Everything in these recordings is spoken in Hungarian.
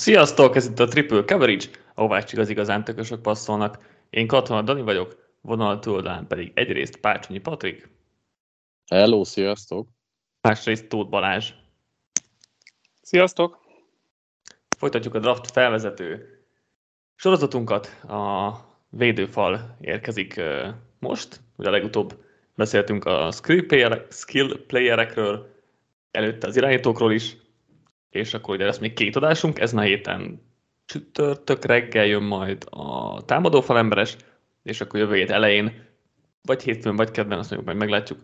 Sziasztok, ez itt a Triple Coverage, ahová csak az igazán tökösök passzolnak. Én Katona Dani vagyok, vonal túloldalán pedig egyrészt Pácsonyi Patrik. Hello, sziasztok! Másrészt Tóth Balázs. Sziasztok! Folytatjuk a draft felvezető sorozatunkat. A védőfal érkezik most. Ugye a legutóbb beszéltünk a skill playerekről, előtte az irányítókról is, és akkor ugye lesz még 2 adásunk, ezen a héten csütörtök reggel jön majd a támadófal emberes, és akkor jövő hét elején, vagy hétfőn, vagy kedden, azt mondjuk, majd meglátjuk,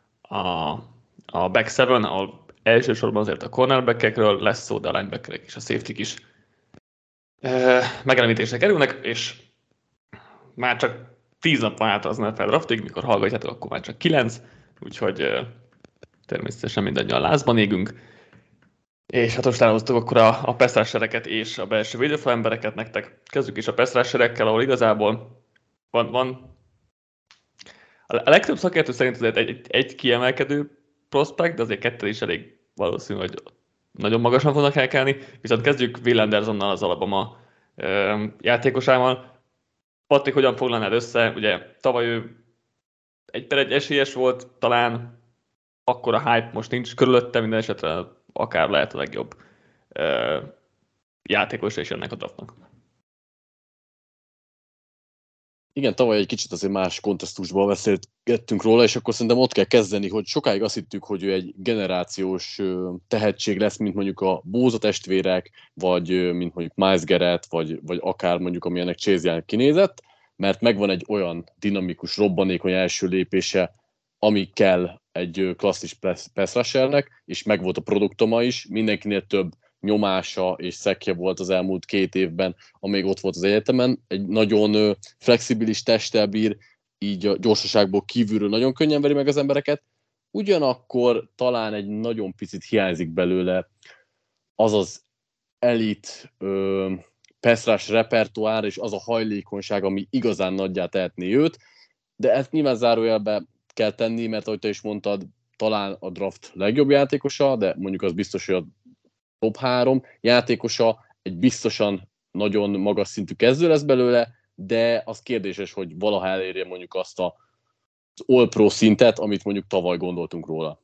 a back seven, ahol elsősorban azért a cornerbackekről lesz szó, de a linebackerek és a safety-k is megemlítésre kerülnek, és már csak 10 nap van hátra az NFL draftig, mikor hallgatjátok, akkor már csak 9, úgyhogy természetesen mindannyian lázban égünk. És hát most elhoztuk akkor a pass rushereket és a belső védőfal embereket nektek. Kezdjük is a pass rusherekkel, ahol igazából van a legtöbb szakértő szerint azért egy kiemelkedő prospekt, de azért 2 is elég valószínű, hogy nagyon magasan fognak elkelni. Viszont kezdjük Will Andersonnal, az Alabama játékosával. Patrik, hogyan foglalnád össze? Ugye tavaly ő 1/1 esélyes volt, talán akkor a hype most nincs körülötte, minden esetre akár lehet a legjobb játékos is ennek a draftnak. Igen, tavaly egy kicsit azért más kontextusban beszélgettünk róla, és akkor szerintem ott kell kezdeni, hogy sokáig azt hittük, hogy ő egy generációs tehetség lesz, mint mondjuk a Bosa testvérek, vagy mint mondjuk Myles Garrett, vagy akár mondjuk amilyenek Chase Young kinézett, mert megvan egy olyan dinamikus, robbanékony első lépése, ami kell egy klasszis pass rushernek, és megvolt a produktuma is, mindenkinél több nyomása és szekje volt az elmúlt 2 évben, amíg ott volt az egyetemen. Egy nagyon flexibilis testtel bír, így a gyorsaságból kívülről nagyon könnyen veri meg az embereket. Ugyanakkor talán egy nagyon picit hiányzik belőle az az elit pass rush repertoár, és az a hajlékonyság, ami igazán nagyjá tehetné őt, de ezt nyilván zárójelbe kell tenni, mert ahogy te is mondtad, talán a draft legjobb játékosa, de mondjuk az biztos, hogy a top 3 játékosa, egy biztosan nagyon magas szintű kezdő lesz belőle, de az kérdéses, hogy valaha elérje mondjuk azt az All-Pro szintet, amit mondjuk tavaly gondoltunk róla.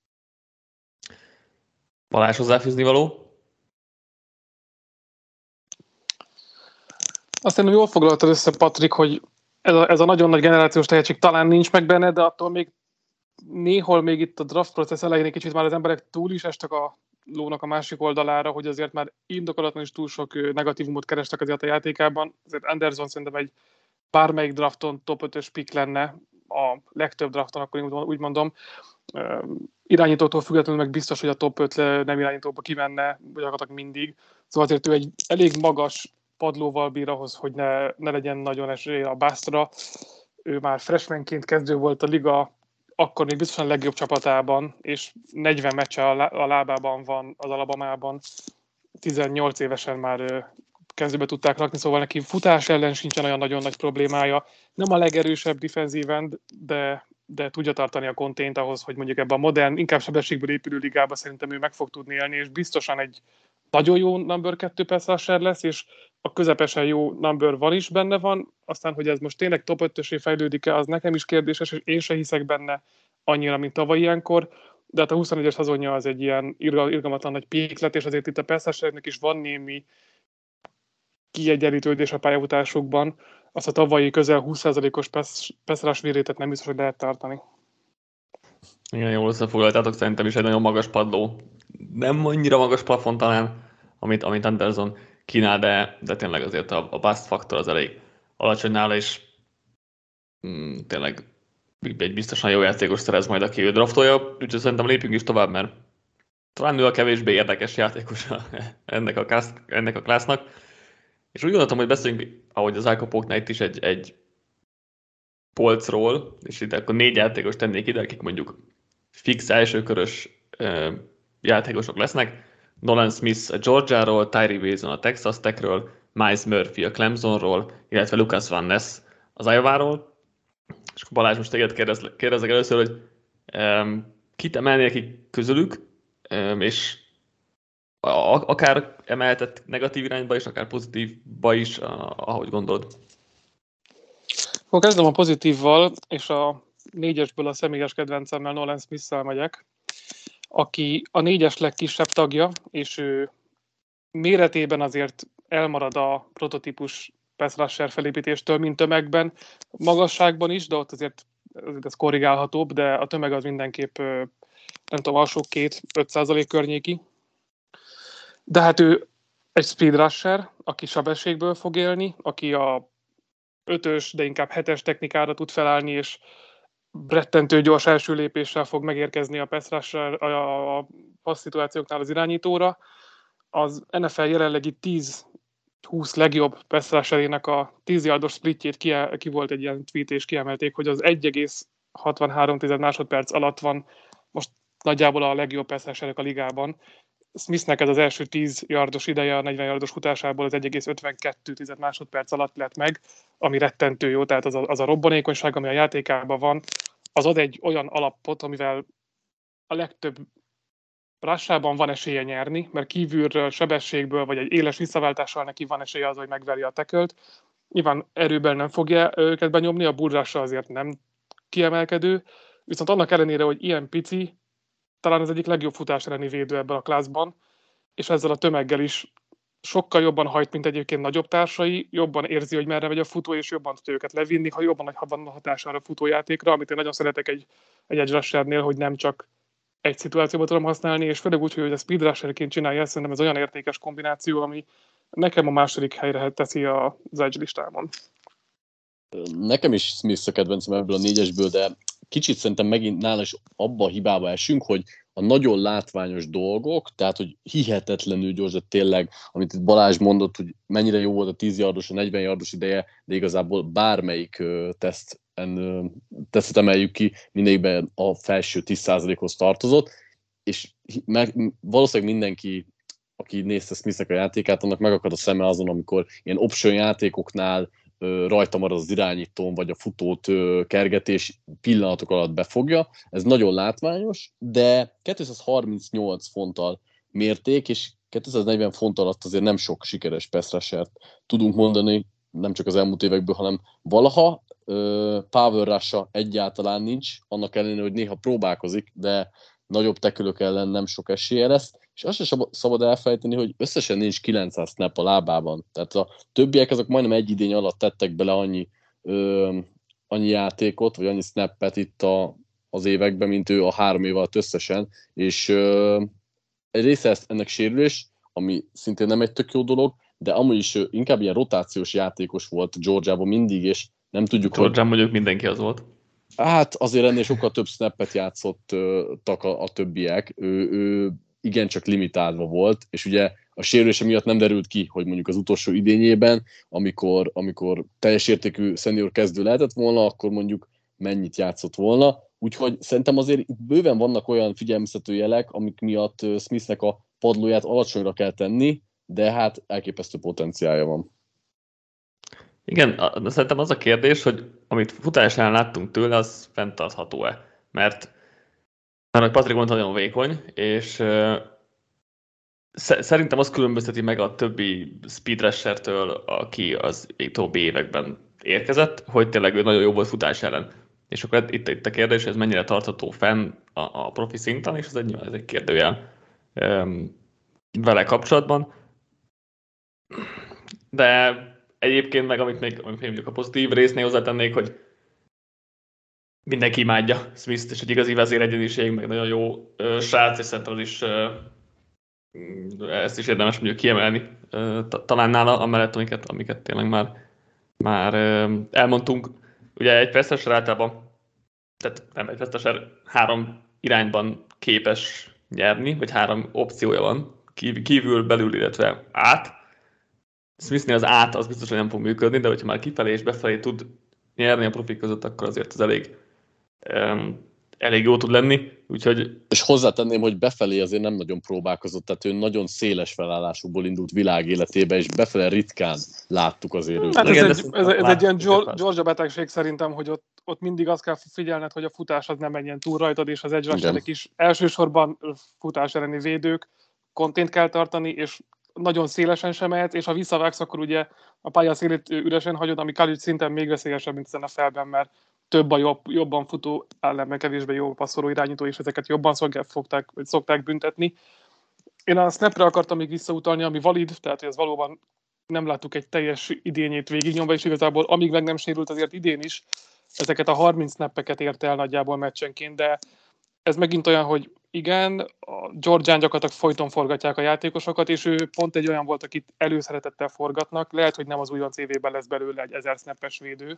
Balázs, hozzáfűzni való? Azt hiszem, jól foglaltad össze, Patrik, hogy ez a nagyon nagy generációs tehetség talán nincs meg benne, de attól még néhol még itt a draft process elején egy kicsit már az emberek túl is estek a lónak a másik oldalára, hogy azért már indokolatlan is túl sok negatívumot kerestek azért a játékában. Azért Anderson szerintem egy bármelyik drafton top 5-ös pick lenne, a legtöbb drafton, akkor én úgy mondom. Irányítótól függetlenül meg biztos, hogy a top 5 nem irányítóba kimenne, gyakorlatilag mindig. Szóval azért ő egy elég magas padlóval bír ahhoz, hogy ne legyen nagyon esélye a basztra. Ő már freshmanként kezdő volt a liga, akkor még biztosan a legjobb csapatában, és 40 meccse a lábában van az Alabamában. 18 évesen már kezdőbe tudták rakni, szóval neki futás ellen sincsen olyan nagyon nagy problémája. Nem a legerősebb defensive end, de tudja tartani a kontént ahhoz, hogy mondjuk ebben a modern, inkább sebességből épülő ligába szerintem ő meg fog tudni élni, és biztosan egy nagyon jó number 2 pass rusher lesz, és a közepesen jó number van is benne van, aztán, hogy ez most tényleg top 5-ösé fejlődik-e, az nekem is kérdéses, és én se hiszek benne annyira, mint tavaly ilyenkor, de hát a 21-es szezonja az egy ilyen irgalmatlan nagy pík lett, és azért itt a pass rushernek is van némi kiegyenlítődés a pályafutásukban, azt a tavalyi közel 20%-os pass rush vérétet nem biztos, hogy lehet tartani. Igen, jól összefoglaltátok, szerintem is egy nagyon magas padló. Nem annyira magas plafon talán, amit Anderson kínál, de tényleg azért a bust faktor az elég alacsony nála, és tényleg egy biztosan jó játékos szerez majd, aki ő draftolja, úgyhogy szerintem lépjünk is tovább, mert talán ő a kevésbé érdekes játékos ennek a classnak. És úgy gondoltam, hogy beszéljünk, ahogy az Alkapóknál itt is egy polcról, és itt akkor 4 játékos tennék ide, akik mondjuk fix elsőkörös játékosok lesznek. Nolan Smith a Georgia-ról, Tyree Wilson a Texas Tech-ről, Miles Murphy a Clemsonról, illetve Lucas Van Ness az Iowa-ról. És akkor Balázs, most téged kérdezek először, hogy kit emelnél ki közülük, és akár emeltett negatív irányba is, akár pozitívba is, ahogy gondolod. Akkor kezdem a pozitívval, és a 4-esből a személyes kedvencemmel, Nolan Smith-szel megyek, aki a 4-es legkisebb tagja, és ő méretében azért elmarad a prototípus pass rusher felépítéstől, mint tömegben, magasságban is, de ott azért ez korrigálhatóbb, de a tömeg az mindenképp, nem tudom, alsó 2-5% környéki. De hát ő egy speed rusher, aki sebességből fog élni, aki a 5-ös, de inkább 7-es technikára tud felállni, és rettentő gyors első lépéssel fog megérkezni a pass rusher, a passz szituációknál az irányítóra. Az NFL jelenlegi 10-20 legjobb pass rusherének a 10 yardos splitjét ki volt egy ilyen tweet, és kiemelték, hogy az 1,63 másodperc alatt van most nagyjából a legjobb pass rusherek a ligában. Smithnek ez az első 10 yardos ideje a 40 yardos futásából az 1,52 másodperc alatt lett meg, ami rettentő jó, tehát az a robbanékonyság, ami a játékában van, az ad egy olyan alapot, amivel a legtöbb rushában van esélye nyerni, mert kívülről, sebességből, vagy egy éles visszaváltással neki van esélye az, hogy megverje a tackle-t. Nyilván erőben nem fogja őket benyomni, a bull rush azért nem kiemelkedő, viszont annak ellenére, hogy ilyen pici, talán az egyik legjobb futás elleni védő ebben a klászban, és ezzel a tömeggel is sokkal jobban hajt, mint egyébként nagyobb társai, jobban érzi, hogy merre megy a futó, és jobban tudja őket levinni, ha jobban van a hatására a futójátékra, amit én nagyon szeretek egy edge rushernél, hogy nem csak egy szituációban tudom használni, és főleg úgy, hogy a speed rusherként csinálja ezt, szerintem ez olyan értékes kombináció, ami nekem a második helyre teszi az edge listámon. Nekem is Smith a kedvencem ebből a 4-esből, de kicsit szerintem megint nála is abba a hibába esünk, hogy a nagyon látványos dolgok, tehát hogy hihetetlenül gyors, de tényleg, amit itt Balázs mondott, hogy mennyire jó volt a 10 yardos, a 40 yardos ideje, de igazából bármelyik tesztet emeljük ki, mindegyikben a felső 10%-hoz tartozott, és valószínűleg mindenki, aki nézte Smithnek a játékát, annak megakad a szeme azon, amikor ilyen option játékoknál rajta marad az irányítón, vagy a futót kergetés pillanatok alatt befogja. Ez nagyon látványos, de 238 fonttal mérték, és 240 font alatt azért nem sok sikeres pass rushert tudunk mondani, nem csak az elmúlt évekből, hanem valaha. Power rush-a egyáltalán nincs, annak ellenére, hogy néha próbálkozik, de nagyobb tekülök ellen nem sok esélye lesz, és azt sem szabad elfelejteni, hogy összesen nincs 900 snap a lábában. Tehát a többiek azok majdnem egy idény alatt tettek bele annyi játékot, vagy annyi snappet itt az években, mint ő a 3 év alatt összesen, és egy része ennek sérülés, ami szintén nem egy tök jó dolog, de amúgy is inkább ilyen rotációs játékos volt Georgiában mindig, és nem tudjuk, Georgiában mondjuk mindenki az volt. Hát azért ennél sokkal több snappet játszottak a többiek, ő igencsak limitálva volt, és ugye a sérülése miatt nem derült ki, hogy mondjuk az utolsó idényében, amikor teljes értékű senior kezdő lehetett volna, akkor mondjuk mennyit játszott volna. Úgyhogy szerintem azért itt bőven vannak olyan figyelmeztető jelek, amik miatt Smithnek a padlóját alacsonyra kell tenni, de hát elképesztő potenciálja van. Igen, szerintem az a kérdés, hogy amit futásnál láttunk tőle, az fenntartható-e? Mert ahogy Patrik mondta, nagyon vékony, és szerintem az különbözteti meg a többi speed rushertől, aki az utóbbi években érkezett, hogy tényleg ő nagyon jó volt futás ellen. És akkor itt a kérdés, hogy ez mennyire tartható fenn a profi szinten, és ez egy kérdőjel vele kapcsolatban. De egyébként meg, amit még a pozitív résznél hozzátennék, hogy mindenki imádja Smith-t, és egy igazi vezéregyediség, meg nagyon jó srác, és szerintem az is ezt is érdemes mondjuk kiemelni talán nála, amellett, amiket tényleg már elmondtunk. Ugye egy pass általában, tehát nem egy pass 3 irányban képes nyerni, vagy 3 opciója van, kívül, belül, illetve át. Smithnél az át az biztos, hogy nem fog működni, de hogyha már kifelé és befelé tud nyerni a profik között, akkor azért az elég jó tud lenni. Úgyhogy... És hozzátenném, hogy befelé azért nem nagyon próbálkozott, tehát ő nagyon széles felállásúból indult világéletébe, és befelé ritkán láttuk azért őt. Hát ez egy ilyen Georgia betegség szerintem, hogy ott mindig azt kell figyelned, hogy a futás az nem menjen túl rajtad, és az edge rusherek is elsősorban futás elleni védők, kontént kell tartani, és nagyon szélesen sem mehetsz, és ha visszavágsz, akkor ugye a pálya szélét üresen hagyod, ami college szinten még veszélyesebb, mint a NFL-ben, mert több a jobban futó, ellenben kevésbé jó passzoló irányító, és ezeket jobban szokták büntetni. Én a snapre akartam még visszautalni, ami valid, tehát hogy ez valóban nem láttuk egy teljes idényét végignyomva, és igazából amíg meg nem sérült, azért idén is ezeket a 30 snappeket érte el nagyjából meccsenként, de ez megint olyan, hogy igen, a Georgián gyakorlatilag folyton forgatják a játékosokat, és ő pont egy olyan volt, akit előszeretettel forgatnak. Lehet, hogy nem az újonc évében lesz belőle egy 1000 snappes védő,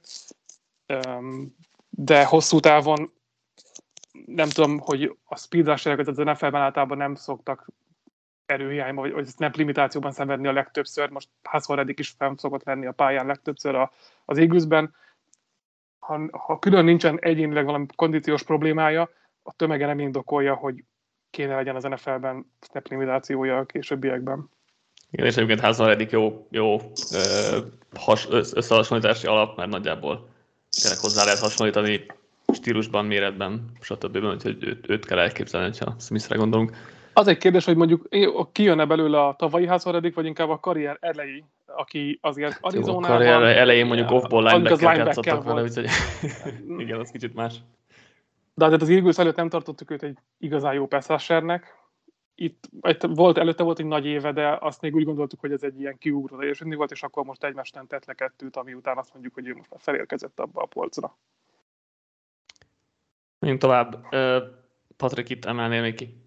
de hosszú távon nem tudom, hogy a speed rushereket az NFL-ben általában nem szoktak erőhiányban, vagy snap limitációban szenvedni a legtöbbször. Most Haason Reddick is fenn szokott lenni a pályán legtöbbször az Eaglesben. Ha külön nincsen egyénileg valami kondíciós problémája, a tömege nem indokolja, hogy kéne legyen az NFL-ben snap limitációja a későbbiekben. Igen, és egyébként Haason Reddick jó összehasonlítási alap, mert nagyjából tényleg hozzá lehet hasonlítani stílusban, méretben, stb. Úgyhogy őt kell elképzelni, ha Smithre gondolunk. Az egy kérdés, hogy mondjuk kijönne belőle a tavalyi Haason Reddick, vagy inkább a karrier elejé, aki azért Arizonában... A karrier elején mondjuk off-ball linebacker játszottak vele, úgyhogy igen, az kicsit más. De azért az Eagles előtt nem tartottuk őt egy igazán jó pass rushernek. Előtte volt egy nagy éve, de azt még úgy gondoltuk, hogy ez egy ilyen kiugró teljesítmény volt, és akkor most egymás után tett le kettőt, ami után azt mondjuk, hogy ő most már felérkezett abba a polcra. Menjünk tovább. Patrik, itt emelnél még ki?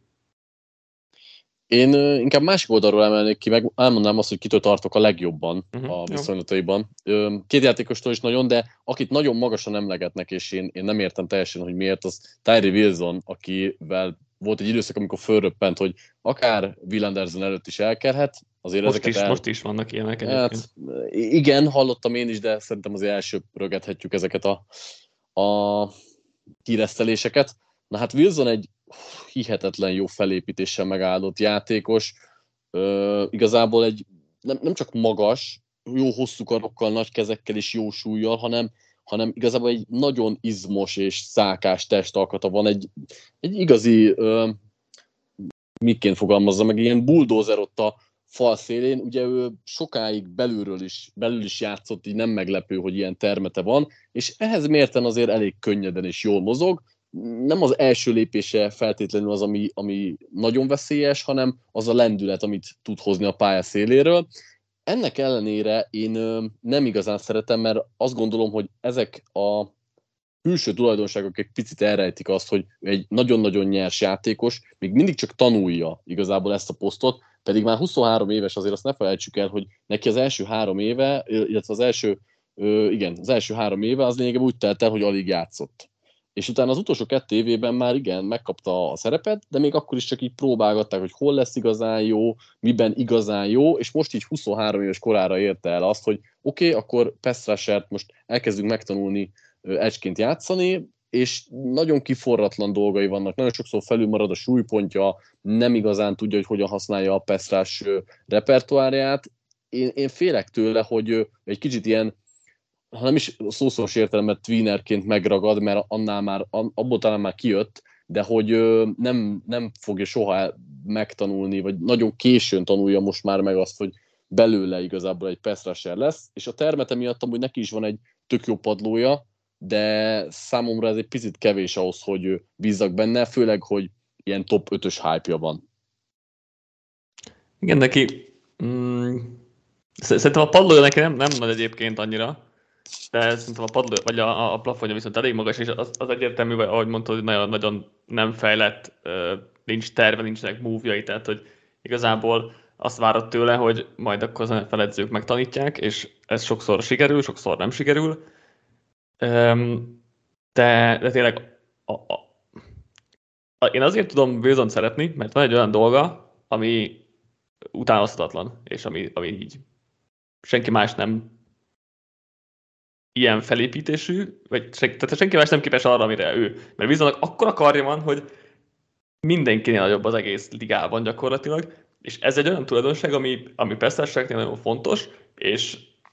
Én inkább másik oldalról emelnék ki, meg elmondanám azt, hogy kitől tartok a legjobban a viszonylataiban. Két játékostól is nagyon, de akit nagyon magasan emlegetnek, és én nem értem teljesen, hogy miért, az Tyree Wilson, akivel volt egy időszak, amikor fölröppent, hogy akár Will Anderson előtt is elkerhet. Azért most is vannak ilyenek egyébként. Hát, igen, hallottam én is, de szerintem azért elsöprögethetjük ezeket a híreszteléseket. Na hát Wilson egy hihetetlen jó felépítéssel megáldott játékos. Igazából egy nem csak magas, jó hosszú karokkal, nagy kezekkel és jó súlyjal, hanem igazából egy nagyon izmos és szálkás testalkata van. Egy igazi, miként fogalmazza meg, ilyen bulldozer ott a fal szélén. Ugye ő sokáig belül is játszott, így nem meglepő, hogy ilyen termete van, és ehhez mérten azért elég könnyeden és jól mozog. Nem az első lépése feltétlenül az, ami nagyon veszélyes, hanem az a lendület, amit tud hozni a pálya széléről. Ennek ellenére én nem igazán szeretem, mert azt gondolom, hogy ezek a külső tulajdonságok egy picit elrejtik azt, hogy egy nagyon-nagyon nyers játékos még mindig csak tanulja igazából ezt a posztot, pedig már 23 éves, azért azt ne felejtsük el, hogy neki az első 3 éve, illetve az első 3 éve az lényegében úgy telt el, hogy alig játszott. És utána az utolsó 2 évében már igen, megkapta a szerepet, de még akkor is csak így próbálgatták, hogy hol lesz igazán jó, miben igazán jó, és most így 23 éves korára érte el azt, hogy oké, akkor pass rushert most elkezdünk megtanulni edge-ként játszani, és nagyon kiforratlan dolgai vannak, nagyon sokszor felülmarad a súlypontja, nem igazán tudja, hogy hogyan használja a pass rush repertoárját. Én félek tőle, hogy egy kicsit ilyen, ha nem is szószoros értelemben tweenerként megragad, mert abból talán már kijött, de hogy nem fogja soha megtanulni, vagy nagyon későn tanulja most már meg azt, hogy belőle igazából egy pass rusher lesz, és a termete miatt amúgy neki is van egy tök jó padlója, de számomra ez egy picit kevés ahhoz, hogy bízzak benne, főleg, hogy ilyen top 5-ös hype-ja van. Igen, neki szerintem a padlója neki nem nagy egyébként annyira, de szerintem a padló, vagy a plafonja viszont elég magas, és az egyértelmű, vagy ahogy mondtad, hogy nagyon nem fejlett, nincs terve, nincsenek move-jai, tehát hogy igazából azt várod tőle, hogy majd akkor az NFL edzők megtanítják, és ez sokszor sikerül, sokszor nem sikerül. De tényleg én azért tudom Wilson szeretni, mert van egy olyan dolga, ami utánozhatatlan, és ami így senki más nem ilyen felépítésű, tehát senki más nem képes arra, amire ő. Mert Wilsonnak akkora karja van, hogy mindenkinél nagyobb az egész ligában gyakorlatilag, és ez egy olyan tulajdonság, ami persze nagyon fontos, és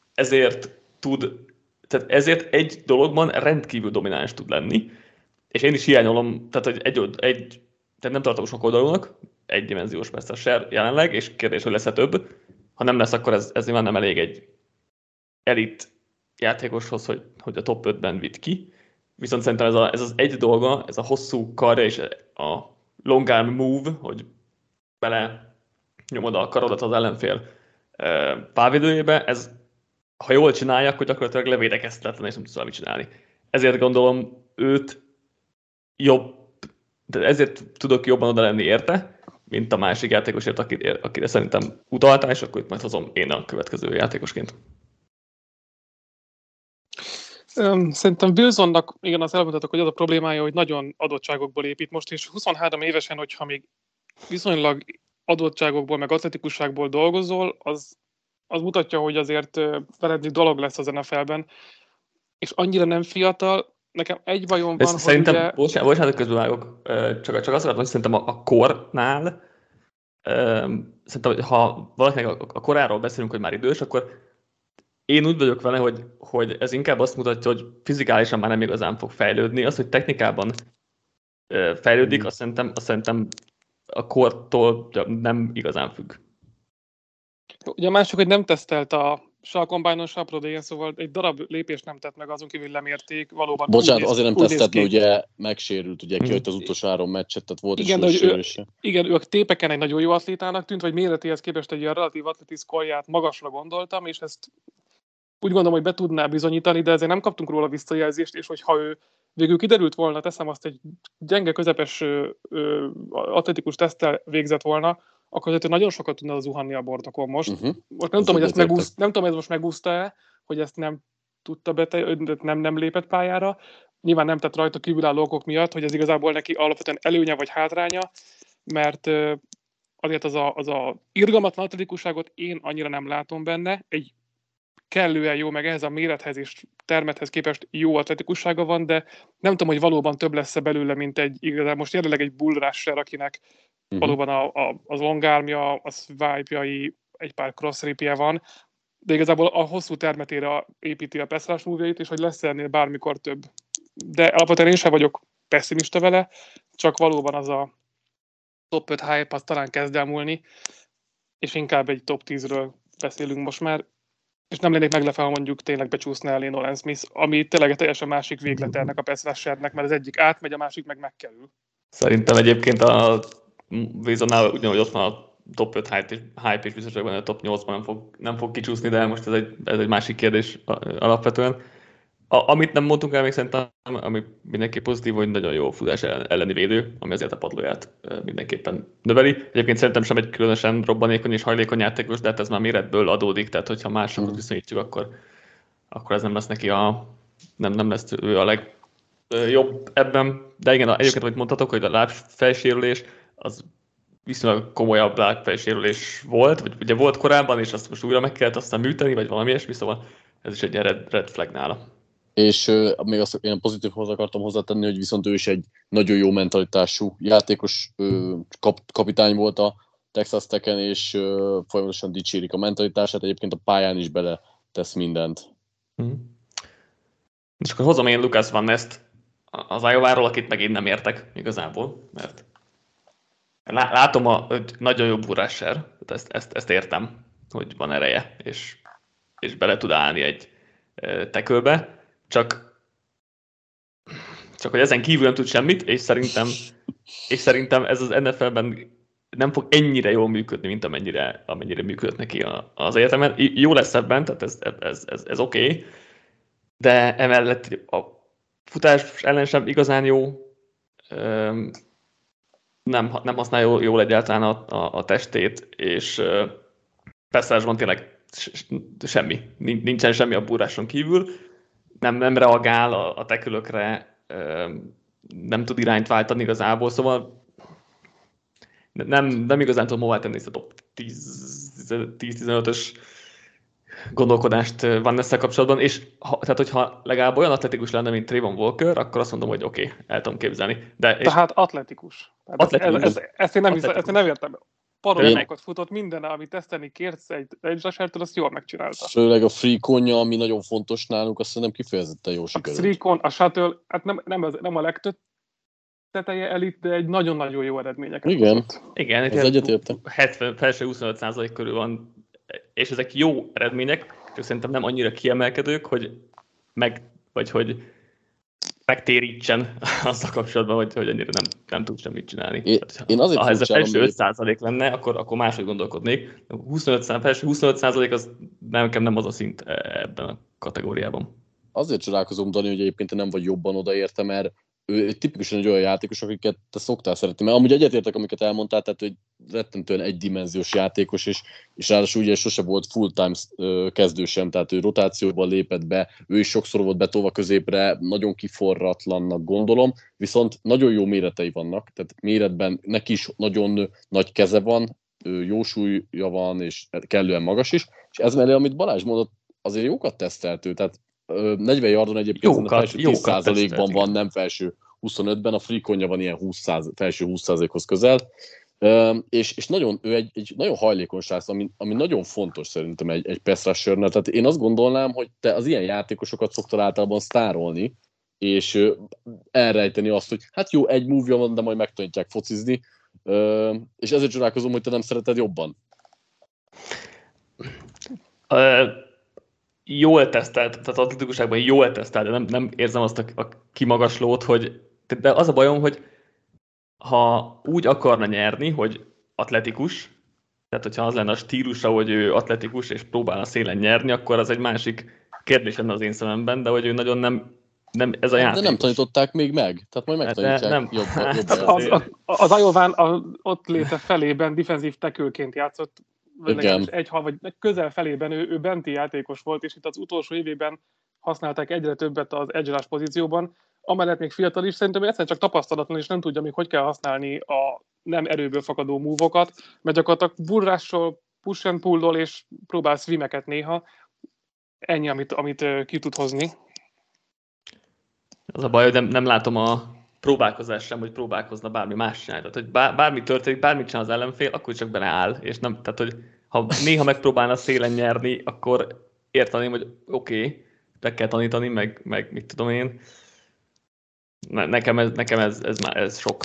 ezért egy dologban rendkívül domináns tud lenni, és én is hiányolom, tehát hogy tehát nem tartom sok oldalúnak, egydimenziós pass-rusher jelenleg, és kérdés, hogy lesz-e több. Ha nem lesz, akkor ez nyilván nem elég egy elit játékoshoz, hogy a top 5-ben vitt ki. Viszont szerintem ez az egy dolga, ez a hosszú karja és a long arm move, hogy bele nyomod a karodat az ellenfél pálvédőjébe, ez ha jól csinálja, akkor gyakorlatilag levédekezhetetlen és nem tudsz valamit csinálni. Ezért gondolom őt jobb, de ezért tudok jobban oda lenni érte, mint a másik játékosért, akire szerintem utaltál, és akkor itt majd hozom én a következő játékosként. Szerintem Wilsonnak, igen, azt elmondhatok, hogy az a problémája, hogy nagyon adottságokból épít most, és 23 évesen, hogyha még viszonylag adottságokból, meg atletikusságból dolgozol, az mutatja, hogy azért feledni dolog lesz az NFL-ben, és annyira nem fiatal. Nekem egy bajom van, szerintem, hogy ugye... Bocsánat, közbevágok, csak azt akartam, hogy szerintem a kornál, szerintem, ha valakinek a koráról beszélünk, hogy már idős, akkor én úgy vagyok vele, hogy ez inkább azt mutatja, hogy fizikálisan már nem igazán fog fejlődni. Az, hogy technikában fejlődik, azt szerintem a kortól nem igazán függ. Ugye a másik, hogy nem tesztelt se a Combine-on, se a Pro Day-en, szóval egy darab lépést nem tett meg, azon kívül lemérték, valóban. Bocsánat, azért nem tesztelt, mert ugye megsérült, ugye kijött az utolsó 3 meccset, tehát volt igen, egy sérülése. Igen, ő a tépeken egy nagyon jó atlétának tűnt, vagy méretéhez képest egy ilyen relatív atletiszkolját magasra gondoltam, és ezt úgy gondolom, hogy be tudná bizonyítani, de ezért nem kaptunk róla visszajelzést, és hogyha ő végül kiderült volna, teszem azt, egy gyenge, közepes atletikus teszttel végzett volna, akkor azért nagyon sokat tudna zuhanni a bordokon most. Most nem tudom, hogy ez most megúszta-e, hogy ezt nem tudta nem lépett pályára. Nyilván nem tett rajta kívülálló okok miatt, hogy ez igazából neki alapvetően előnye vagy hátránya, mert azért az a irgalmatlan atletikusságot én annyira nem látom benne. Egy kellően jó, meg ehhez a mérethez és termethez képest jó atletikussága van, de nem tudom, hogy valóban több lesz belőle, mint igazán most jelenleg egy bull rusher, akinek valóban az long armja, a swipe-jai, egy pár cross ripje van, de igazából a hosszú termetére építi a pass rush move-jait, és hogy lesz ennél bármikor több. De alapvetően én sem vagyok pessimista vele, csak valóban az a top 5 hype az talán kezd el múlni, és inkább egy top 10-ről beszélünk most már, és nem lennék meglepve, ha mondjuk tényleg becsúszna elé Nolan Smith, ami tényleg egy teljesen másik véglet ennek a pass rushernek, mert az egyik átmegy, a másik meg megkerül. Szerintem egyébként a Wilsonnál ugyanúgy ott van a top 5 hype és biztos, hogy a top 8-ban nem fog kicsúszni, de most ez egy másik kérdés alapvetően. Amit nem mondtunk el még szerintem, ami mindenképp pozitív, hogy nagyon jó futás elleni védő, ami azért a padlóját mindenképpen növeli. Egyébként szerintem sem egy különösen robbanékony és hajlékony játékos, de hát ez már méretből adódik, tehát hogyha másokhoz viszonyítjuk, akkor ez nem lesz neki nem lesz ő a legjobb ebben. De igen, egyébként, amit mondhatok, hogy a lábfejsérülés az viszonylag komolyabb lábfejsérülés volt, vagy ugye volt korábban, és azt most újra meg kellett aztán műteni, vagy valami ilyesmi, szóval ez is egy red flag nála. És még azt ilyen pozitív hozzá akartam hozzátenni, hogy viszont ő is egy nagyon jó mentalitású játékos, kapitány volt a Texas Tech-en, és folyamatosan dicsérik a mentalitását, egyébként a pályán is bele tesz mindent. És akkor hozom én Lucas Van Nest az Iowa-ról, akit meg én nem értek igazából, mert látom, hogy nagyon jó burrásser, ezt értem, hogy van ereje, és bele tud állni egy tekölbe, csak hogy ezen kívül nem tud semmit, és szerintem ez az NFL-ben nem fog ennyire jól működni, mint amennyire működött neki az egyetemen. Jó lesz ebben, tehát ez oké, de emellett a futás ellen sem igazán jó, nem használja jól egyáltalán a testét, és passzásban tényleg semmi, nincsen semmi a burráson kívül, nem reagál a tekülökre, nem tud irányt váltani igazából, szóval nem igazán tudom hová tenni ezt a top 10-15-ös gondolkodást Van Nessel kapcsolatban, és tehát hogyha legalább olyan atletikus lenne, mint Trayvon Walker, akkor azt mondom, hogy oké, el tudom képzelni. Tehát atletikus. Ezt én nem értem. Parolákat futott minden, amit tesztelni kérsz egy rushertől, azt jól megcsinálta. Főleg a free-conja, ami nagyon fontos nálunk, azt szerintem kifejezetten jó sikerült. A free-con, a shuttle, hát nem a legtöbb teteje elit, de egy nagyon-nagyon jó eredményeket Igen. hozott. Igen, Ez egyetértek. 70, felső 25% körül van, és ezek jó eredmények, csak szerintem nem annyira kiemelkedők, hogy megtérítsen azzal kapcsolatban, hogy annyira nem tud semmit csinálni. Én azért ha ez a furcsálom, felső 5% lenne, akkor máshogy gondolkodnék. Felső 25% az nekem nem az a szint ebben a kategóriában. Azért csodálkozom, Dani, hogy egyébként te nem vagy jobban odaérte, mert ő tipikusan egy olyan játékos, akiket te szoktál szeretni. Mert amúgy egyetértek, amiket elmondtál, tehát hogy rettentően egydimenziós játékos, és ráadásul ugye sose volt full-time kezdő sem, tehát ő rotációban lépett be, ő is sokszor volt betolva középre, nagyon kiforratlannak gondolom, viszont nagyon jó méretei vannak, tehát méretben neki is nagyon nagy keze van, jó súlya van, és kellően magas is, és ez mellé, amit Balázs mondott, azért jókat teszteltő, tehát 40 yardon egyébként felső 10%-ban van, nem felső 25-ben, a freakonja van ilyen felső 20%-hoz közel, és nagyon, ő egy nagyon hajlékony srác, ami nagyon fontos szerintem egy pass rushernél. Tehát én azt gondolnám, hogy te az ilyen játékosokat szoktál általában sztárolni, és elrejteni azt, hogy hát jó, egy move-ja van, de majd megtanítják focizni, és ezért csodálkozom, hogy te nem szereted jobban. Jól tesztelt, tehát atletikusságban jól tesztelt, de nem érzem azt a kimagaslót, de az a bajom, hogy ha úgy akarna nyerni, hogy atletikus, tehát hogyha az lenne a stílusa, hogy ő atletikus és próbál a szélen nyerni, akkor az egy másik kérdés lenne az én szememben, de hogy ő nagyon nem ez a játékos. De nem tanították még meg, tehát majd megtanítják nem. jobban. Az Iován ott léte felében defenzív tekülként játszott, vagy közel felében ő benti játékos volt, és itt az utolsó évében használták egyre többet az edge rush pozícióban, amellett még fiatal is, szerintem egyszerűen csak tapasztalatlan, és nem tudja még, hogy kell használni a nem erőből fakadó move-okat, mert gyakorlatilag burrással, push and pull-dol, és próbál swimeket néha. Ennyi, amit ki tud hozni. Az a baj, hogy nem látom a próbálkozás sem, hogy próbálkozna bármi más csinálni. Tehát, hogy bármi történik, bármit csinál az ellenfél, akkor csak beleáll. És nem, tehát, hogy ha néha megpróbálna szélen nyerni, akkor érteném, hogy oké, meg kell tanítani, meg mit tudom én. Nekem ez sok.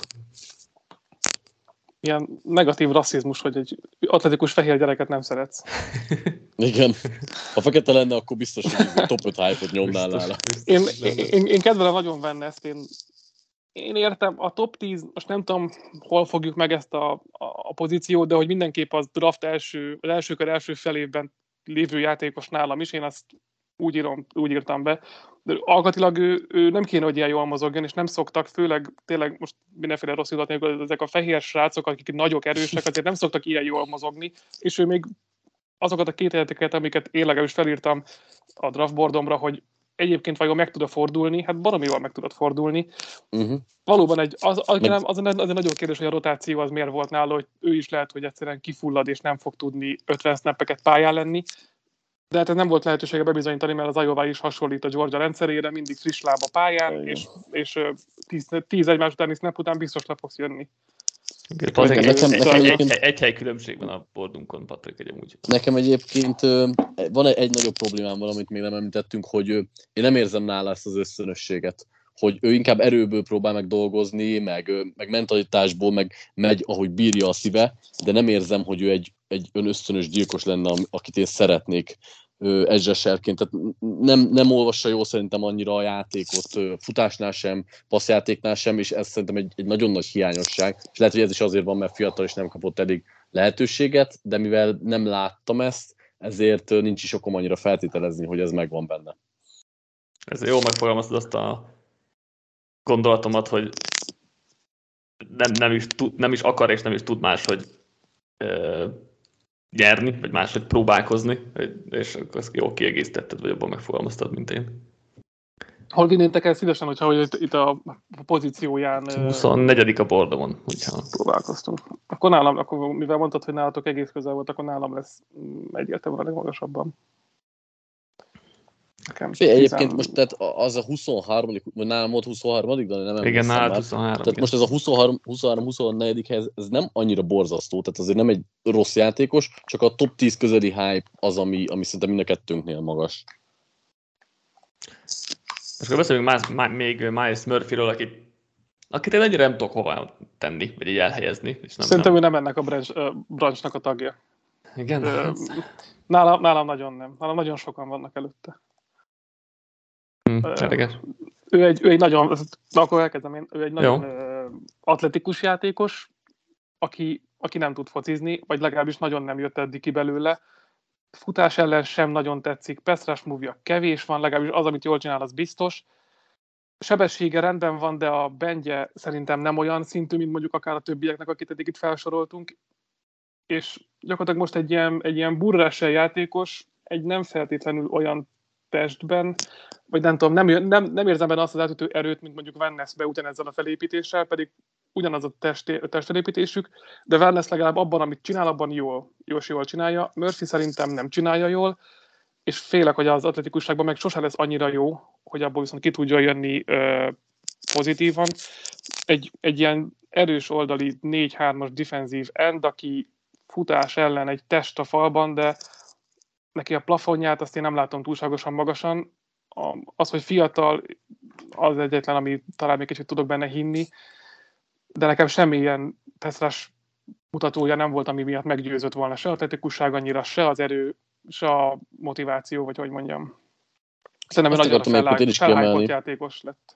Ilyen negatív rasszizmus, hogy egy atletikus fehér gyereket nem szeretsz. Igen. Ha fekete lenne, akkor biztos, hogy top 5 hype-ot nyomnál nála. Én kedvelem nagyon benne ezt. Én értem, a top 10, most nem tudom, hol fogjuk meg ezt a pozíciót, de hogy mindenképp az draft az első kör első felében lévő játékos nálam is, én azt úgy írtam be. De alkatilag ő nem kéne, hogy ilyen jól mozogjon, és nem szoktak, főleg tényleg most mindenféle rossz indulat nélkül, ezek a fehér srácok, akik nagyok, erősek, azért nem szoktak ilyen jól mozogni, és ő még azokat a két helyzeteket, amiket én legalábbis felírtam a draftboardomra, hogy egyébként vajon meg tud fordulni, hát baromi jól meg tudod fordulni. Valóban az nagyon kérdés, hogy a rotáció az miért volt nála, hogy ő is lehet, hogy egyszerűen kifullad, és nem fog tudni 50 snappeket pályán lenni. De hát ez nem volt lehetősége bebizonyítani, mert az Iowa is hasonlít a Georgia rendszerére, mindig friss láb a pályán, és 10 egymás utáni snap után biztos le fogsz jönni. Egy hely különbség van a bordunkon, Patrik, egyébként. Nekem egyébként van egy nagyobb problémám valamit még nem említettünk, hogy én nem érzem nála ezt az ösztönösséget, hogy ő inkább erőből próbál meg dolgozni, meg mentalitásból, meg megy, ahogy bírja a szíve, de nem érzem, hogy ő egy önösztönös gyilkos lenne, akit én szeretnék edge-eserként. Tehát nem olvassa jól szerintem annyira a játékot, futásnál sem, passzjátéknál sem, és ez szerintem egy nagyon nagy hiányosság. És lehet, hogy ez is azért van, mert fiatal és nem kapott elég lehetőséget, de mivel nem láttam ezt, ezért nincs is okom annyira feltételezni, hogy ez megvan benne. Ez jól megfogalmaztad azt a gondolatomat, hogy nem is akar és nem is tud máshogy nyerni, vagy máshogy próbálkozni, és azt jól kiegészítetted, vagy abban megfogalmaztad, mint én. Hol vinnétek el szívesen, hogyha itt a pozícióján... 24. a bordomon, hogyha... Próbálkoztunk. Akkor nálam, mivel mondtad, hogy nálatok egész közel volt, akkor nálam lesz egyértelműen a legmagasabban. Egyébként most tehát az a 23. vagy nálam volt 23. de nem igen, nálad 23. Tehát most ez a 23-24. hely, ez nem annyira borzasztó, tehát azért nem egy rossz játékos, csak a top 10 közeli hype az, ami szerintem mind a kettőnknél magas. És akkor beszélünk még Miles Murphyről, aki akit én ennyire nem tudok hova tenni, vagy így elhelyezni. És Szerintem ő nem ennek a branchnak a tagja. Igen? Nálam nagyon nem. Nálam nagyon sokan vannak előtte. Érdekes. Ő egy nagyon, akkor elkezdem én, ő egy nagyon atletikus játékos, aki nem tud focizni, vagy legalábbis nagyon nem jött eddig ki belőle. Futás ellen sem nagyon tetszik, pass rush move-ja kevés van, legalábbis az, amit jól csinál, az biztos. Sebessége rendben van, de a bendje szerintem nem olyan szintű, mint mondjuk akár a többieknek, akit eddig itt felsoroltunk. És gyakorlatilag most egy ilyen burrással játékos, egy nem feltétlenül olyan testben, vagy nem tudom, nem érzem benne azt az átütő erőt, mint mondjuk Van Ness-be ugyanezzel a felépítéssel, pedig ugyanaz a testfelépítésük, de Van Ness legalább abban, amit csinál, abban jól csinálja. Murphy szerintem nem csinálja jól, és félek, hogy az atletikusságban meg sosem lesz annyira jó, hogy abból viszont ki tudja jönni pozitívan. Egy ilyen erős oldali 4-3-as defenzív end, aki futás ellen egy test a falban, de neki a plafonját azt én nem látom túlságosan magasan. Az, hogy fiatal, az egyetlen, ami talán még kicsit tudok benne hinni, de nekem semmilyen pass mutatója nem volt, ami miatt meggyőzött volna se atletikusság annyira, se az erő, se a motiváció, vagy hogy mondjam. Szerintem nagyon felhájtott játékos lett.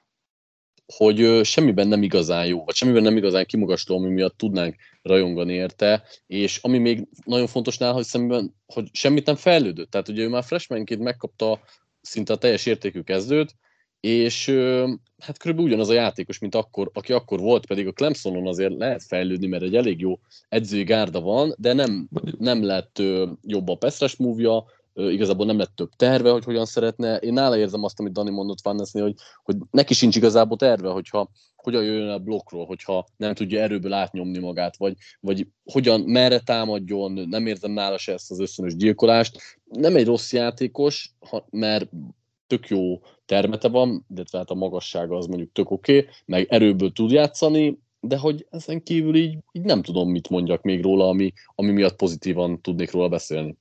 Hogy semmiben nem igazán jó, vagy semmiben nem igazán kimagasló, ami miatt tudnánk rajongani érte, és ami még nagyon fontos nála, hogy semmit nem fejlődött. Tehát ugye ő már freshmanként megkapta szinte a teljes értékű kezdőt, és hát körülbelül ugyanaz a játékos, mint akkor, aki akkor volt, pedig a Clemsonon azért lehet fejlődni, mert egy elég jó edzői gárda van, de nem lett jobb a pass rush move-ja, igazából nem lett több terve, hogy hogyan szeretne. Én nála érzem azt, amit Dani mondott Van Nessnél, hogy neki sincs igazából terve, hogyha hogyan jöjjön a blokkról, hogyha nem tudja erőből átnyomni magát, vagy hogyan, merre támadjon, nem érzem nála se ezt az ösztönös gyilkolást. Nem egy rossz játékos, mert tök jó termete van, de hát a magassága az mondjuk tök oké, meg erőből tud játszani, de hogy ezen kívül így nem tudom, mit mondjak még róla, ami miatt pozitívan tudnék róla beszélni.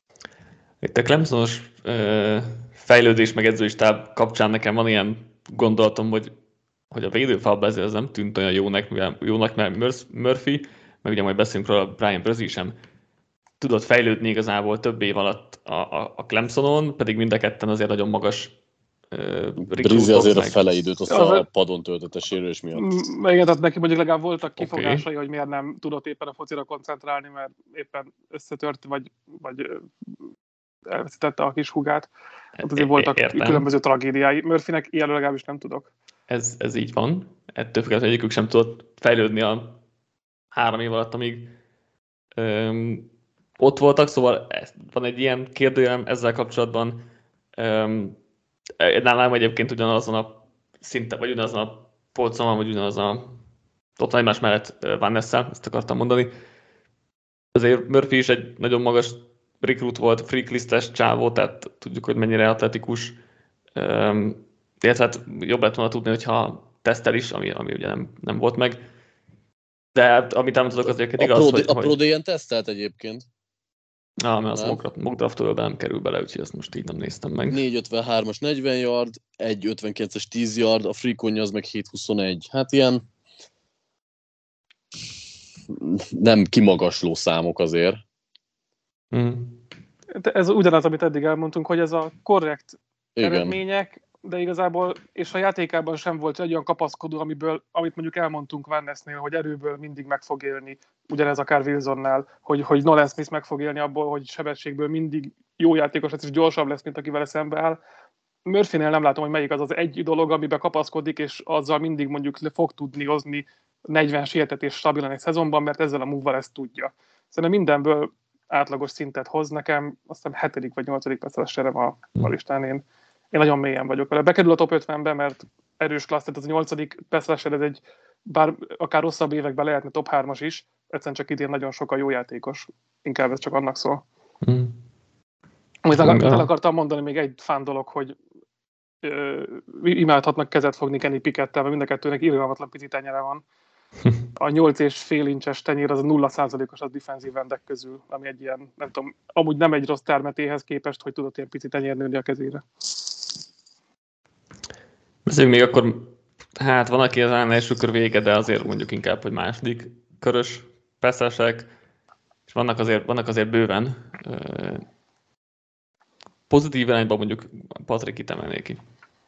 Itt a Clemsonos fejlődés meg edzőistáb kapcsán nekem van ilyen gondolatom, hogy a védőfalban ezért az nem tűnt olyan jónak, mert Murphy, meg ugye majd beszélünk róla, Brian Brzee sem tudott fejlődni igazából több év alatt a Clemsonon, pedig mind a ketten azért nagyon magas Brzee azért a fele időt a padon töltött a sérülés miatt. Igen, tehát neki mondjuk legalább voltak kifogásai, hogy miért nem tudott éppen a focira koncentrálni, mert éppen összetört, vagy elveszítette a kis hugát. Hát azért voltak különböző tragédiái. Murphynek ilyen legalábbis nem tudok. Ez így van. Ettől függetlenül egyikük sem tudott fejlődni a 3 év alatt, amíg ott voltak, szóval van egy ilyen kérdőjelem ezzel kapcsolatban. Nálam egyébként ugyanazon a szinten, vagy ugyanazon a polcon van, vagy ugyanazon a ott van egymás mellett Van Nessel, ezt akartam mondani. Azért Murphy is egy nagyon magas recruit volt, freaklistes csávó, tehát tudjuk, hogy mennyire atletikus. Illetve hát jobb lett volna tudni, hogyha tesztel is, ami ugye nem volt meg. De hát, amit nem tudok, az egyébként igaz, hogy... A Pro Day-en tesztelt egyébként. Mert az mock draftolóban nem kerül bele, úgyhogy ezt most így nem néztem meg. 4.53-as 40 yard, 1.59-es 10 yard, a freakonja az meg 7.21. Hát ilyen nem kimagasló számok azért. Ez ugyanaz, amit eddig elmondtunk, hogy ez a korrekt eredmények, de igazából, és a játékában sem volt egy olyan kapaszkodó, amit mondjuk elmondtunk Van Nessnél, hogy erőből mindig meg fog élni, ugyanez akár Wilsonnál, hogy Nolan Smith meg fog élni abból, hogy sebességből mindig jó játékos lesz, és gyorsabb lesz, mint aki vele szembe áll. Murphynél nem látom, hogy melyik az egy dolog, amiben kapaszkodik, és azzal mindig mondjuk fog tudni hozni 40 sietetés stabilan egy szezonban, mert ezzel a move-val ezt tudja. Szerintem mindenből átlagos szintet hoz nekem, azt hiszem 7. vagy 8. percesre a listán. Én nagyon mélyen vagyok vele. Bekerül a top 50-be, mert erős klassz, tehát az a 8. percesre ez egy, bár akár rosszabb években lehetne top 3-as is, egyszerűen csak idén nagyon sok a jó játékos. Inkább ez csak annak szól. Amit el akartam mondani, még egy fán dolog, hogy imádhatnak kezet fogni Kenny Pickettel, mert mind a kettőnek irgalmatlan pici tenyere van. A 8,5 incses tenyér az a 0%-os a defensív endek közül, ami egy ilyen, nem tudom, amúgy nem egy rossz termetéhez képest, hogy tudott ilyen pici tenyér nőni a kezére. Beszéljünk még akkor Hát van, aki az első kör vége, de azért mondjuk inkább, hogy második körös passzesek, és vannak azért bőven. Pozitív irányban mondjuk Patrik itt emelné ki.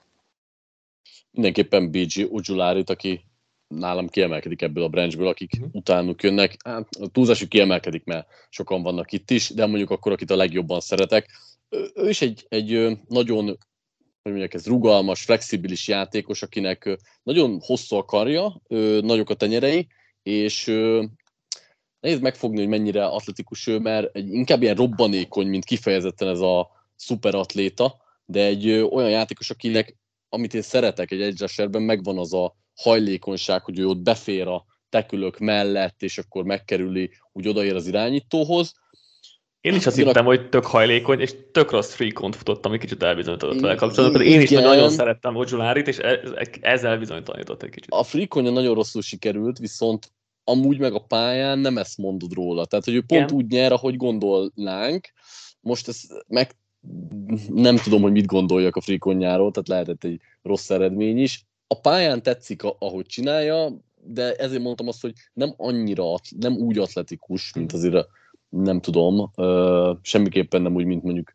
Mindenképpen BG Ojularit, aki nálam kiemelkedik ebből a branchből, akik utánuk jönnek. Hát, a túlzásuk kiemelkedik, mert sokan vannak itt is, de mondjuk akkor, akit a legjobban szeretek. Ő is egy nagyon, hogy mondják, ez rugalmas, flexibilis játékos, akinek nagyon hosszú a karja, nagyok a tenyerei, és nehéz megfogni, hogy mennyire atletikus ő, mert inkább ilyen robbanékony, mint kifejezetten ez a szuperatléta, de egy olyan játékos, akinek, amit én szeretek egy edge rusherben, megvan az a hajlékonyság, hogy ő ott befér a tekülök mellett, és akkor megkerüli, úgy odaér az irányítóhoz. Én is azt hittem, hogy tök hajlékony, és tök rossz free-kont futott, ami kicsit elbizonyított vele kapcsolatban. Én is nagyon szerettem Ojularit, és ezzel bizonyítanitott egy kicsit. A free-konja nagyon rosszul sikerült, viszont amúgy meg a pályán nem ezt mondod róla. Tehát, hogy ő pont úgy nyer, ahogy gondolnánk. Most ezt nem tudom, hogy mit gondoljak a free-konjáról, tehát lehetett egy rossz eredmény is. A pályán tetszik, ahogy csinálja, de ezért mondtam azt, hogy nem annyira, nem úgy atletikus, mint azért nem tudom, semmiképpen nem úgy, mint mondjuk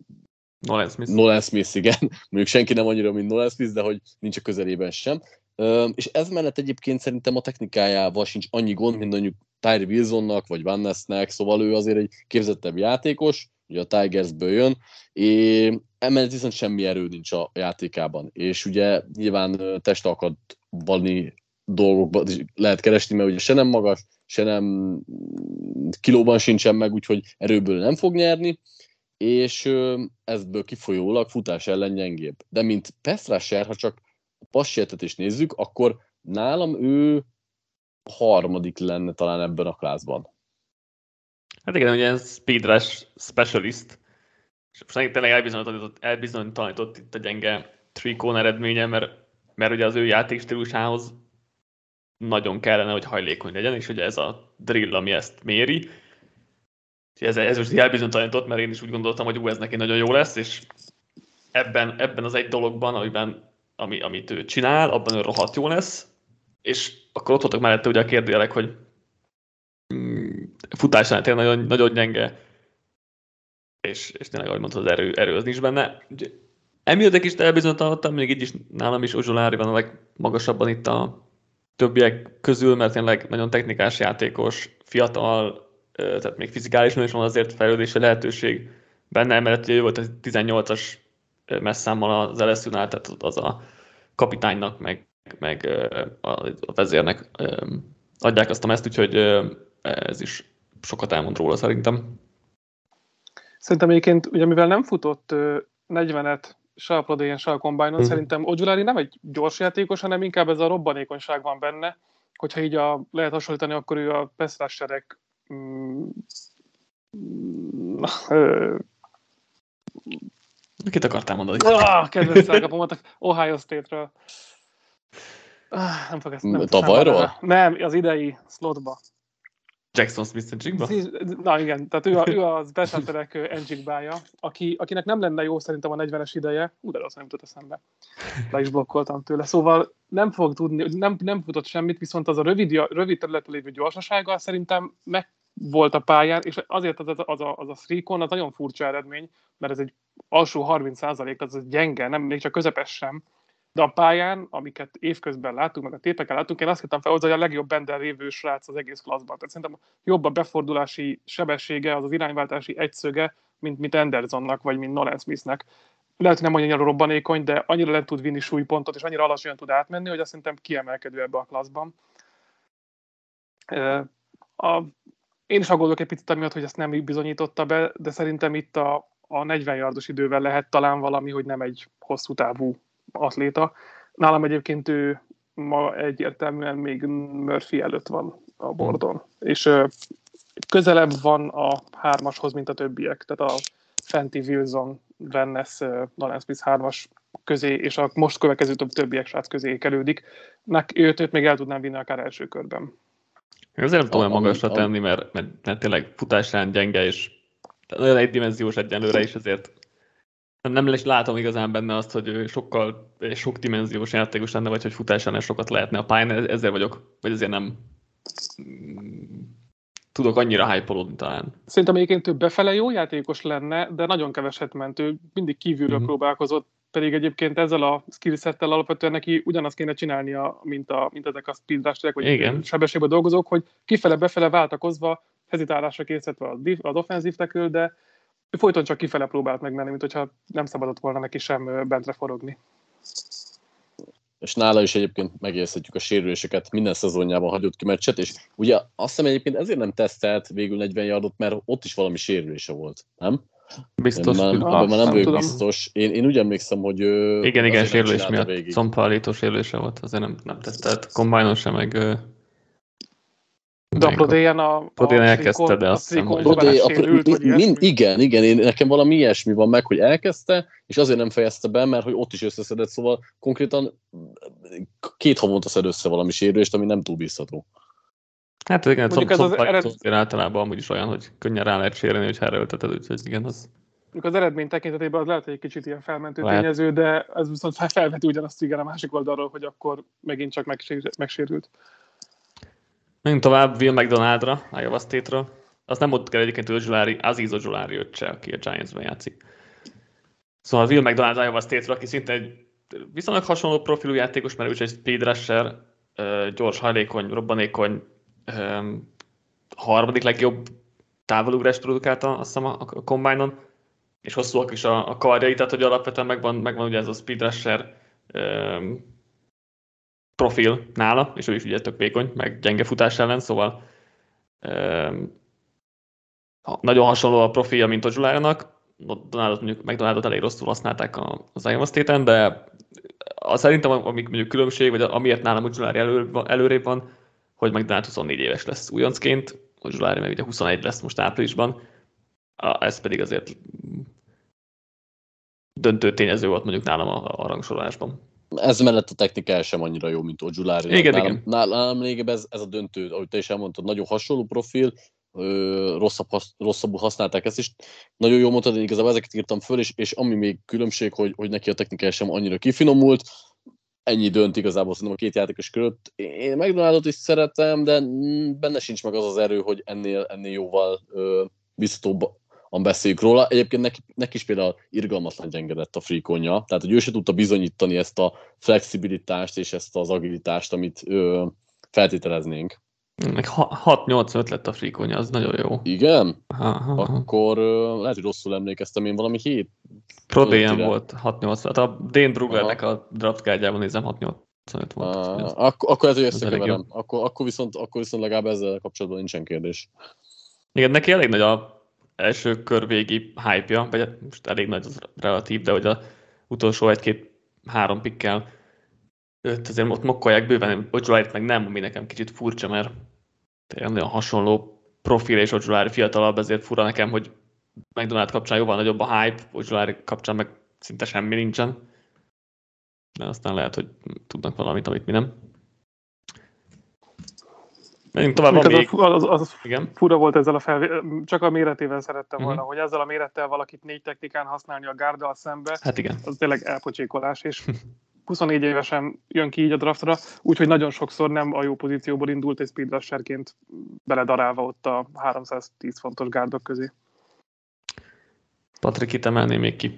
Nolan Smith, igen. Mondjuk senki nem annyira, mint Nolan Smith, de hogy nincs a közelében sem. És ez mellett egyébként szerintem a technikájával sincs annyi gond, mint mondjuk Tyree Wilsonnak, vagy Van Nessnek, szóval ő azért egy képzettebb játékos, ugye a Tigersből jön, és emellett viszont semmi erő nincs a játékában. És ugye nyilván testalkatbani dolgokban is lehet keresni, mert ugye se nem magas, se nem kilóban sincsen meg, úgyhogy erőből nem fog nyerni, és ebből kifolyólag futás ellen gyengébb. De mint pass rusher, ha csak a passértetést nézzük, akkor nálam ő harmadik lenne talán ebben a klászban. Hát igen, ugye speed rush specialist, és most tényleg elbizonytalanított itt a gyenge three-cone eredménye, mert ugye az ő játékstílusához nagyon kellene, hogy hajlékony legyen, és ugye ez a drill, ami ezt méri. Ez most elbizonytalanított, mert én is úgy gondoltam, hogy ez neki nagyon jó lesz, és ebben az egy dologban, amit ő csinál, abban ő rohadt jó lesz, és akkor ott voltak mellette ugye a kérdőjelek, hogy futásán tényleg nagyon, nagyon gyenge, és tényleg, ahogy mondtad, az erő az nincs benne. Emiatt egy kicsit elbizonytalanodtam, még így is nálam is Ojulari van a legmagasabban itt a többiek közül, mert tényleg nagyon technikás játékos, fiatal, tehát még fizikálisan is van azért fejlődési lehetőség benne, emellett ő volt a 18-as messzámmal az LSU-nál, tehát az a kapitánynak, meg a vezérnek adják azt a meszt, úgyhogy ez is sokat elmond róla szerintem. Szerintem egyébként, ugye mivel nem futott 40-et se a Pro-Day-en, se a Combine-on, szerintem Ojulari nem egy gyors játékos, hanem inkább ez a robbanékonyság van benne, hogyha így lehet hasonlítani, akkor ő a pass rusherek Kit akartál mondani? Kedves szágapomat, Ohio State-ről. Nem fog ezt tavalyról? Nem, az idei slotba. Jackson Smith-Njigba? Na igen, tehát ő a specialterek Njigba-ja, akinek nem lenne jó szerintem a 40-es ideje, de rossz nem jutott eszembe. Le is blokkoltam tőle. Szóval nem fog tudni, nem futott semmit, viszont az a rövid területen lévő gyorsasága szerintem meg volt a pályán, és azért az a three-con az nagyon furcsa eredmény, mert ez egy alsó 30%, az gyenge, nem még csak közepes sem. De a pályán, amiket évközben láttunk, meg a tépeken láttunk, én azt hittem fel hozzá, hogy a legjobb benden lévő srác az egész klasszban. Tehát szerintem jobb a befordulási sebessége, az irányváltási egyszöge, mint Andersonnak, vagy mint Nolan Smithnek. Lehet, hogy nem annyira robbanékony, de annyira le tud vinni súlypontot, és annyira alacsonyan tud átmenni, hogy azt szerintem kiemelkedő ebbe a klasszban. Én is aggódok egy picit amiatt, hogy ezt nem bizonyította be, de szerintem itt a 40 yardos idővel lehet talán valami, hogy nem egy hosszú távú atléta. Nálam egyébként ő ma egyértelműen még Murphy előtt van a bordon. És közelebb van a 3-ashoz, mint a többiek. Tehát a Fenty, Wilson, Van Ness, Nolan Smith 3-as közé, és a most következő többiek srác közé kerüldik. Őt még el tudnám vinni akár első körben. Azért nem tudom olyan magasra tenni, mert tényleg futásán gyenge, és nagyon egydimenziós egyenlőre is, ezért Nem is látom igazán benne azt, hogy ő sokkal sok dimenziós játékos lenne, vagy hogy futásánál sokat lehetne a pályán, ezzel vagyok, vagy ezért nem tudok annyira hype-olódni talán. Szerintem egyébként ő befele jó játékos lenne, de nagyon keveset ment. Ő mindig kívülről próbálkozott, pedig egyébként ezzel a skillsettel alapvetően neki ugyanazt kéne csinálnia, mint ezek a speedrusterek, vagy sebességben dolgozók, hogy kifele-befele váltakozva, hezitálásra készítve az offenzív tackle, de ő folyton csak kifele próbált megmenni, mint hogyha nem szabadott volna neki sem bentre forogni. És nála is egyébként megérzhetjük a sérüléseket, minden szezonjában hagyott ki meccset, és ugye azt hiszem egyébként ezért nem tesztelt végül 40 yardot, mert ott is valami sérülése volt, nem? Biztos. Abban már nem vagyok biztos. Én úgy emlékszem, hogy igen, sérülés miatt. Szompaállító sérülése volt, azért nem tesztelt. Combine-on sem, meg... De a Prodéján elkezdte, de azt hiszem, hogy... Igen, nekem valami ilyesmi van meg, hogy elkezdte, és azért nem fejezte be, mert hogy ott is összeszedett, szóval konkrétan 2 havonta szed össze valami sérülést, ami nem túl bízható. Hát igen, azért általában amúgy is olyan, hogy könnyen rá lehet sérülni, hogy erőlteted, úgyhogy igen, az... Az eredmény tekintetében az lehet, hogy egy kicsit ilyen felmentő tényező, de ez viszont felveti ugyanazt igen a másik oldalról, hogy akkor megint csak megsérült. Menjünk tovább Will McDonaldra, Iowa State-ről. Azt nem ott kell egyébként, hogy Azeez Ojulari öccse, aki a Giants-ben játszik. Szóval Will McDonald Iowa State-ről, aki szinte egy viszonylag hasonló profilú játékos, mert ő is egy speed rusher, gyors, hajlékony, robbanékony, harmadik legjobb távolugrást produkálta, azt hiszem, a Combine-on, és hosszúak is a karjai, tehát hogy alapvetően megvan ugye ez a speed rusher profil nála, és ő is ugye tök vékony, meg gyenge futás ellen, szóval nagyon hasonló a profilja, mint a Ojularinak. McDonaldot elég rosszul használták az Iowa State-en, de szerintem amik mondjuk különbség, vagy amiért nálam Ojulari előrébb van, hogy McDonald 24 éves lesz újoncként, Ojulari meg ugye 21 lesz most áprilisban, ez pedig azért döntő tényező volt mondjuk nálam a rangsorolásban. Ez mellett a technikája sem annyira jó, mint Ojulari. Igen. Nálam lényegében ez a döntő, ahogy te is elmondtad, nagyon hasonló profil, rosszabbul használták ezt is. Nagyon jól mondtad, én igazából ezeket írtam föl, és ami még különbség, hogy neki a technikája sem annyira kifinomult, ennyi dönt igazából szerintem a 2 játékos között. Én McDonaldot is szeretem, de benne sincs meg az az erő, hogy ennél jóval biztatóbban beszéljük róla. Egyébként neki is például irgalmatlan gyengedett a fríkonja, tehát hogy ő se tudta bizonyítani ezt a flexibilitást és ezt az agilitást, amit feltételeznénk. Meg 6-8-5 lett a fríkonja, az nagyon jó. Igen? Akkor lehet, hogy rosszul emlékeztem, én valami 7. Prodéján volt 6-8, hát a Dane Bruglernek a draft guide-jában nézem 6-8-5 volt. Akkor ez, hogy összekeverem. Akkor viszont legalább ezzel kapcsolatban nincsen kérdés. Igen, neki elég nagy a első kör végi hype-ja, vagy most elég nagy az relatív, de hogy az utolsó 1-2-3 pikkel őt azért ott mokkolják bőven, Ojularit meg nem, ami nekem kicsit furcsa, mert tényleg nagyon hasonló profil és Ojulari fiatalabb, ezért fura nekem, hogy McDonald kapcsán jóval nagyobb a hype, Ojulari kapcsán meg szinte semmi nincsen. De aztán lehet, hogy tudnak valamit, amit mi nem. Menjünk tovább, igen. Fura volt ezzel csak a méretével szerettem volna, hogy ezzel a mérettel valakit 4 technikán használni a gárdal szembe, hát igen. Az tényleg elpocsékolás, és 24 évesen jön ki így a draftra, úgyhogy nagyon sokszor nem a jó pozícióból indult egy speed rusherként beledarálva ott a 310 fontos gárdok közé. Patrik, itt emelné még ki?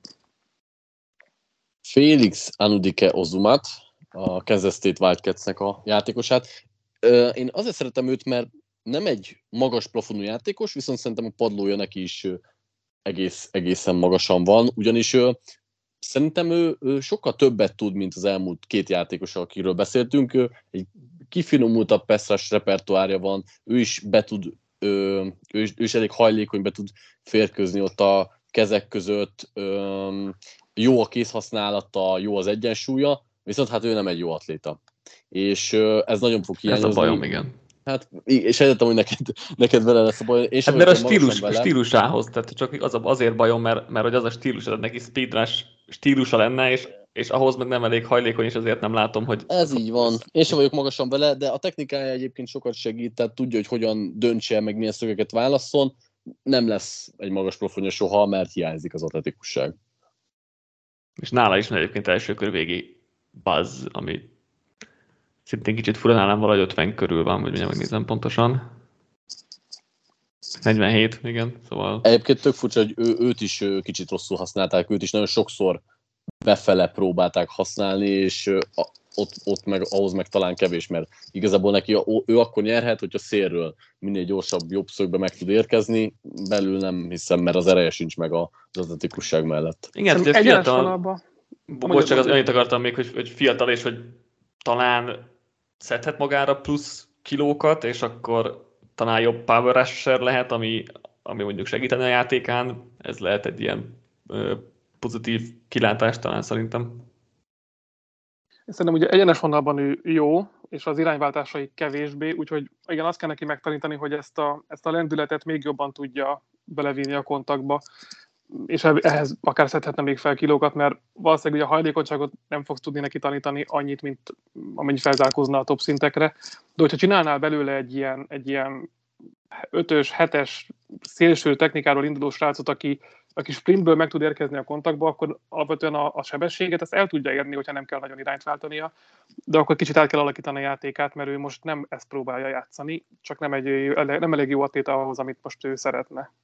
Félix Anudike-Ozumat, a Kansas State Wildcatsnek a játékosát. Én azért szeretem őt, mert nem egy magas plafonú játékos, viszont szerintem a padlója neki is egészen magasan van, ugyanis szerintem ő sokkal többet tud, mint az elmúlt 2 játékos, akiről beszéltünk. Egy kifinomultabb pass rush repertoárja van, ő is elég hajlékony, be tud férkőzni ott a kezek között, jó a kézhasználata, jó az egyensúlya, viszont hát ő nem egy jó atléta. És ez nagyon fog hiányozni. Ez a bajom, igen. Hát, és egyetem, hogy neked vele lesz a baj. Hát mert a stílusához, tehát csak azért bajom, mert hogy az a stílus, tehát neki speedrush stílusa lenne, és ahhoz meg nem elég hajlékony, és azért nem látom, hogy... Ez így van. Én sem vagyok magasan vele, de a technikája egyébként sokat segít, tehát tudja, hogy hogyan döntse, meg milyen szögeket válasszon. Nem lesz egy magas profonja soha, mert hiányzik az atletikusság. És nála is van egyébként első kör végi buzz, ami szintén kicsit fura, nálam valahogy 50 körül van, hogy mindjárt megnézem pontosan. 47, igen, szóval... Egyébként tök furcsa, hogy őt is kicsit rosszul használták, őt is nagyon sokszor befele próbálták használni, és ott meg, ahhoz meg talán kevés, mert igazából neki ő akkor nyerhet, hogyha szélről minél gyorsabb jobb szögbe meg tud érkezni, belül nem hiszem, mert az ereje sincs meg az atletikusság mellett. Igen, hogy fiatal... Bocs, csak az annyit akartam még, hogy fiatal, és hogy talán szedhet magára plusz kilókat, és akkor talán jobb power rusher lehet, ami mondjuk segíteni a játékán. Ez lehet egy ilyen pozitív kilátás talán szerintem. Szerintem ugye egyenes vonalban ő jó, és az irányváltásai kevésbé, úgyhogy igen, azt kell neki megtanítani, hogy ezt a lendületet még jobban tudja belevinni a kontaktba, és ehhez akár szedhetne még fel kilókat, mert valószínűleg ugye a hajlékonyságot nem fogsz tudni neki tanítani annyit, mint amennyi felzárkózna a top szintekre, de hogyha csinálnál belőle egy ilyen 5-ös, 7-es szélső technikáról induló srácot, aki sprintből meg tud érkezni a kontaktba, akkor alapvetően a sebességet ezt el tudja érni, hogyha nem kell nagyon irányt váltania, de akkor kicsit át kell alakítani a játékát, mert ő most nem ezt próbálja játszani, csak nem elég jó atléta ahhoz, amit most ő szeretne.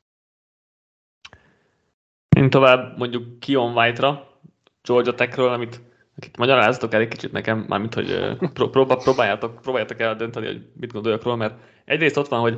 Én tovább mondjuk Keon White-ra, Georgia Techről, akit magyarázzatok el egy kicsit nekem, mármint, hogy próbáljátok el dönteni, hogy mit gondoljak róla, mert egyrészt ott van, hogy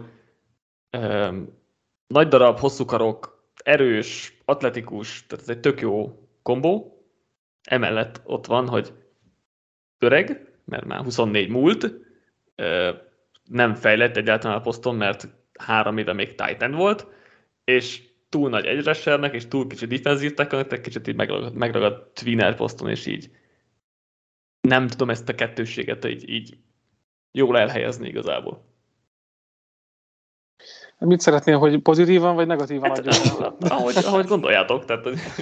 nagy darab, hosszú karok, erős, atletikus, tehát ez egy tök jó kombó. Emellett ott van, hogy öreg, mert már 24 múlt, nem fejlett egyáltalán a poszton, mert 3 éve még tight end volt, és túl nagy edge-rushernek, és túl kicsi defensive tackle-nek, kicsit így megragad tweener poszton, és így nem tudom ezt a kettősséget így jól elhelyezni igazából. Mit szeretnél, hogy pozitívan vagy negatívan adjak? Ahogy gondoljátok. Tehát...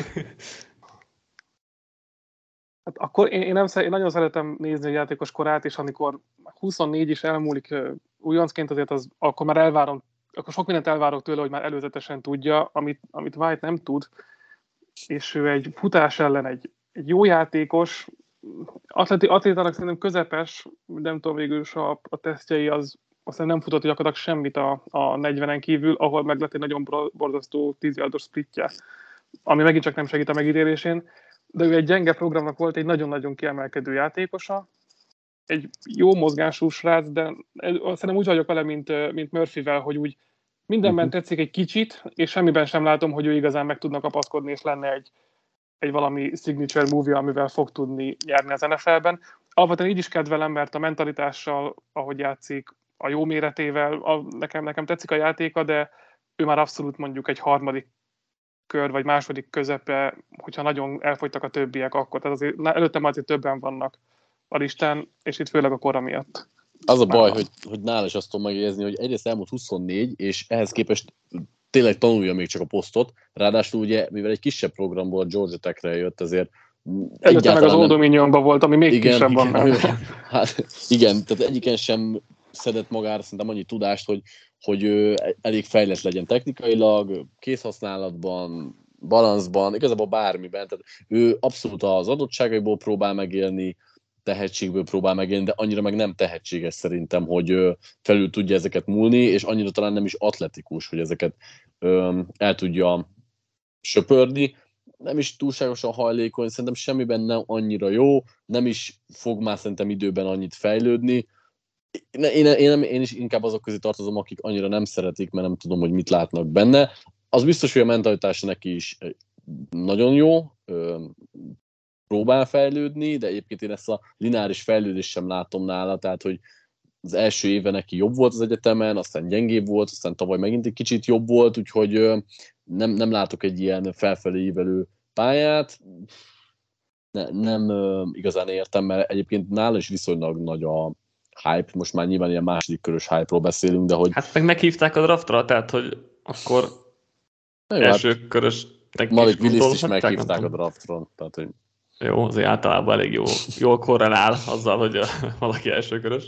Hát akkor én nagyon szeretem nézni a játékos korát, és amikor 24 is elmúlik újoncként, azért akkor már elvárom, akkor sok mindent elvárok tőle, hogy már előzetesen tudja, amit White nem tud, és ő egy futás ellen egy jó játékos, atlétának szerintem közepes, nem tudom végül is a tesztjei aztán nem futott gyakorlatilag semmit a 40-en kívül, ahol meg lett egy nagyon borzasztó 10 yardos splitje, ami megint csak nem segít a megítélésén, de ő egy gyenge programnak volt egy nagyon-nagyon kiemelkedő játékosa, egy jó mozgású srác, de szerintem úgy vagyok vele, mint Murphyvel, hogy úgy mindenben tetszik egy kicsit, és semmiben sem látom, hogy ő igazán meg tudna kapaszkodni, és lenne egy valami signature movie, amivel fog tudni nyerni az NFL-ben. Alapvetően így is kedvelem, mert a mentalitással, ahogy játszik, a jó méretével, nekem tetszik a játéka, de ő már abszolút mondjuk egy harmadik kör, vagy második közepe, hogyha nagyon elfogytak a többiek, akkor. Tehát azért előtte már azért többen vannak a listán, és itt főleg a kora miatt. Az a baj, hogy nála is azt tudom megjegyezni, hogy egyrészt elmúlt 24, és ehhez képest tényleg tanulja még csak a posztot, ráadásul ugye, mivel egy kisebb programból a Georgia Techre jött, ezért előtte meg az Old Dominionban volt, ami még kisebb van. Hát, igen, tehát egyiken sem szedett magára szerintem annyi tudást, hogy elég fejlett legyen technikailag, kézhasználatban, balanszban, igazából bármiben. Tehát ő abszolút az adottságaiból próbál megélni, tehetségből próbál megélni, de annyira meg nem tehetséges szerintem, hogy felül tudja ezeket múlni, és annyira talán nem is atletikus, hogy ezeket el tudja söpörni. Nem is túlságosan hajlékony, szerintem semmiben nem annyira jó, nem is fog már szerintem időben annyit fejlődni. Én is inkább azok közé tartozom, akik annyira nem szeretik, mert nem tudom, hogy mit látnak benne. Az biztos, hogy a mentalitása neki is nagyon jó, próbál fejlődni, de egyébként én ezt a lineáris fejlődést sem látom nála, tehát hogy az első éve neki jobb volt az egyetemen, aztán gyengébb volt, aztán tavaly megint egy kicsit jobb volt, úgyhogy nem látok egy ilyen felfelé ívelő pályát. Nem igazán értem, mert egyébként nála is viszonylag nagy a hype, most már nyilván ilyen második körös hype-ról beszélünk, de hogy... Hát meg meghívták a draftra, tehát hogy akkor első körös... Malik Willis-t is meghívták a draftron, tehát hogy... Jó, azért általában elég jól korrelál azzal, hogy valaki elsőkörös.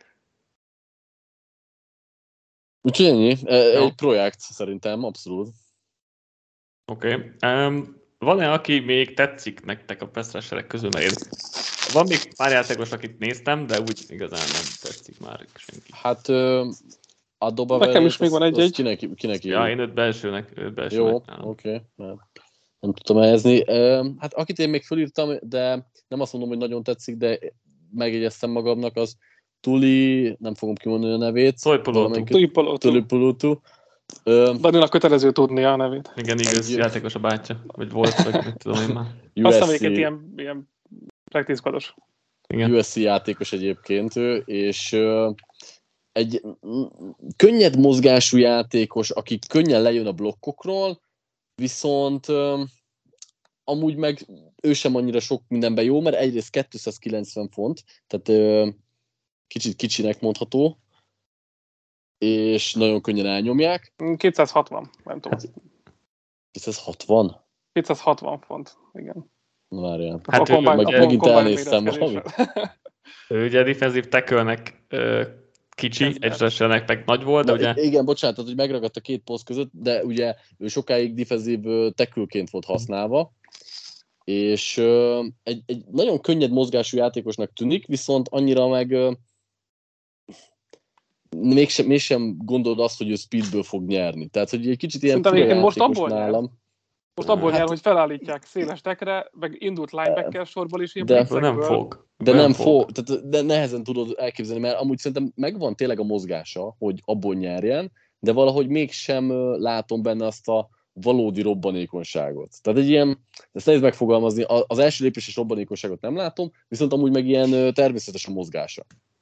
Úgyhogy ennyi. Egy projekt szerintem, abszolút. Oké. van-e, aki még tetszik nektek a pass rusherek közül? Mert van még pár játékos, akit néztem, de úgy igazán nem tetszik már senki. Hát Adoba nekem is még van egy-egy. Kinek Ja, én őt belsőnek jó, oké. Nem tudtam helyezni. Hát akit én még fölírtam, de nem azt mondom, hogy nagyon tetszik, de megjegyeztem magamnak, az Tuli, nem fogom kimondani a nevét. Tuli Pulutu. Daninak kötelező tudnia a nevét. Igen, igaz, játékos a bátya. Vagy volt, vagy mit tudom én már. Aztán egyébként ilyen practice squados. USC játékos egyébként ő, és egy könnyed mozgású játékos, aki könnyen lejön a blokkokról, viszont amúgy meg ő sem annyira sok mindenben jó, mert egyrészt 290 font, tehát kicsit kicsinek mondható, és nagyon könnyen elnyomják. 260, nem tudom. 260? 260 font, igen. Na várjál. Hát megint elnéztem valamit. Ő ugye defensív tackle-nek kicsi, edge rushernek meg nagy volt, de ugye... Igen, bocsánat, hogy megragadt a két poszt között, de ugye ő sokáig defensív tackle-ként volt használva, és egy nagyon könnyed mozgású játékosnak tűnik, viszont annyira meg mégsem gondolod azt, hogy ő speedből fog nyerni. Tehát, hogy egy kicsit ilyen fura játékos nálam. Most abból nyer, hogy felállítják széles tekre, meg indult linebacker sorból is ilyen de nem fog. De nehezen tudod elképzelni, mert amúgy szerintem megvan tényleg a mozgása, hogy abból nyerjen, de valahogy mégsem látom benne azt a valódi robbanékonyságot. Tehát egy ilyen, ezt nehéz megfogalmazni, az első lépéses robbanékonyságot nem látom, viszont amúgy meg ilyen természetes a mozgása.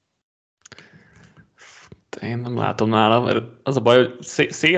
Én nem látom nála, mert az a baj, hogy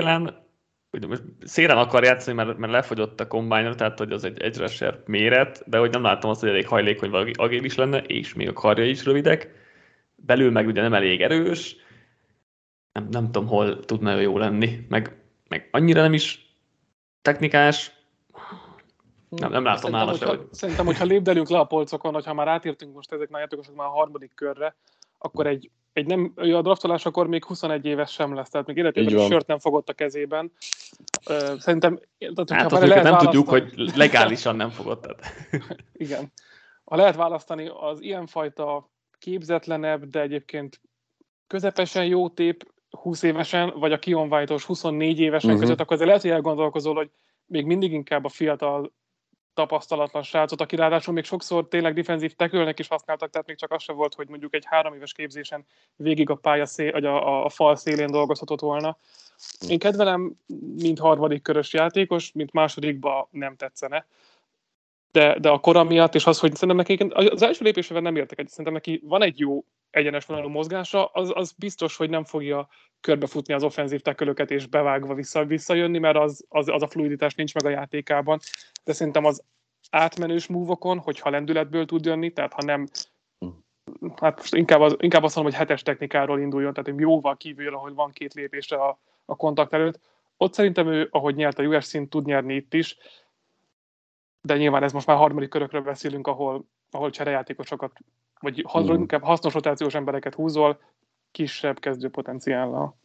szélen akar játszani, mert lefogyott a combine-ra, tehát hogy az egy edge rusher méret, de hogy nem látom azt, hogy elég hajlékony vagy agil is lenne, és még a karja is rövidek. Belül meg ugye nem elég erős. Nem tudom, hol tudna ő jó lenni. Meg annyira nem is technikás. Nem látom nála se, hogy... Szerintem, hogyha lépdelünk le a polcokon, hogyha már átértünk most ezek a játékosok már a harmadik körre, akkor egy nem, a draftolásakor még 21 éves sem lesz, tehát még életében a sört nem fogott a kezében. Szerintem... Hát azt nem tudjuk, hogy legálisan nem fogott. Tehát. Igen. Ha lehet választani az ilyenfajta képzetlenebb, de egyébként közepesen jó tép 20 évesen, vagy a Keon White-os 24 évesen között, akkor azért lehet, hogy elgondolkozol, hogy még mindig inkább a fiatal tapasztalatlan srácot, aki ráadásul még sokszor tényleg defenzív tackle-nek is használtak, tehát még csak az sem volt, hogy mondjuk egy 3 éves képzésen végig a pálya vagy a fal szélén dolgozhatott volna. Én kedvelem, mint harmadik körös játékos, mint másodikba nem tetszene. De a kora miatt, és az, hogy szerintem neki az első lépésében nem értek egyet, szerintem neki van egy jó egyenes vonalú mozgása, az biztos, hogy nem fogja körbefutni az offenzív tackle-öket és bevágva visszajönni, mert az a fluiditás nincs meg a játékában, de szerintem az átmenős move-okon, hogyha lendületből tud jönni, tehát ha nem, hát most inkább azt mondom, hogy 7-es technikáról induljon, tehát egy jóval kívül, ahogy van 2 lépésre a kontakt előtt, ott szerintem ő, ahogy nyert a US-szint, tud nyerni itt is, de nyilván ez most már harmadik körökről beszélünk, ahol cserejátékosokat, vagy inkább hasznos rotációs embereket húzol, kisebb kezdőpotenciállal.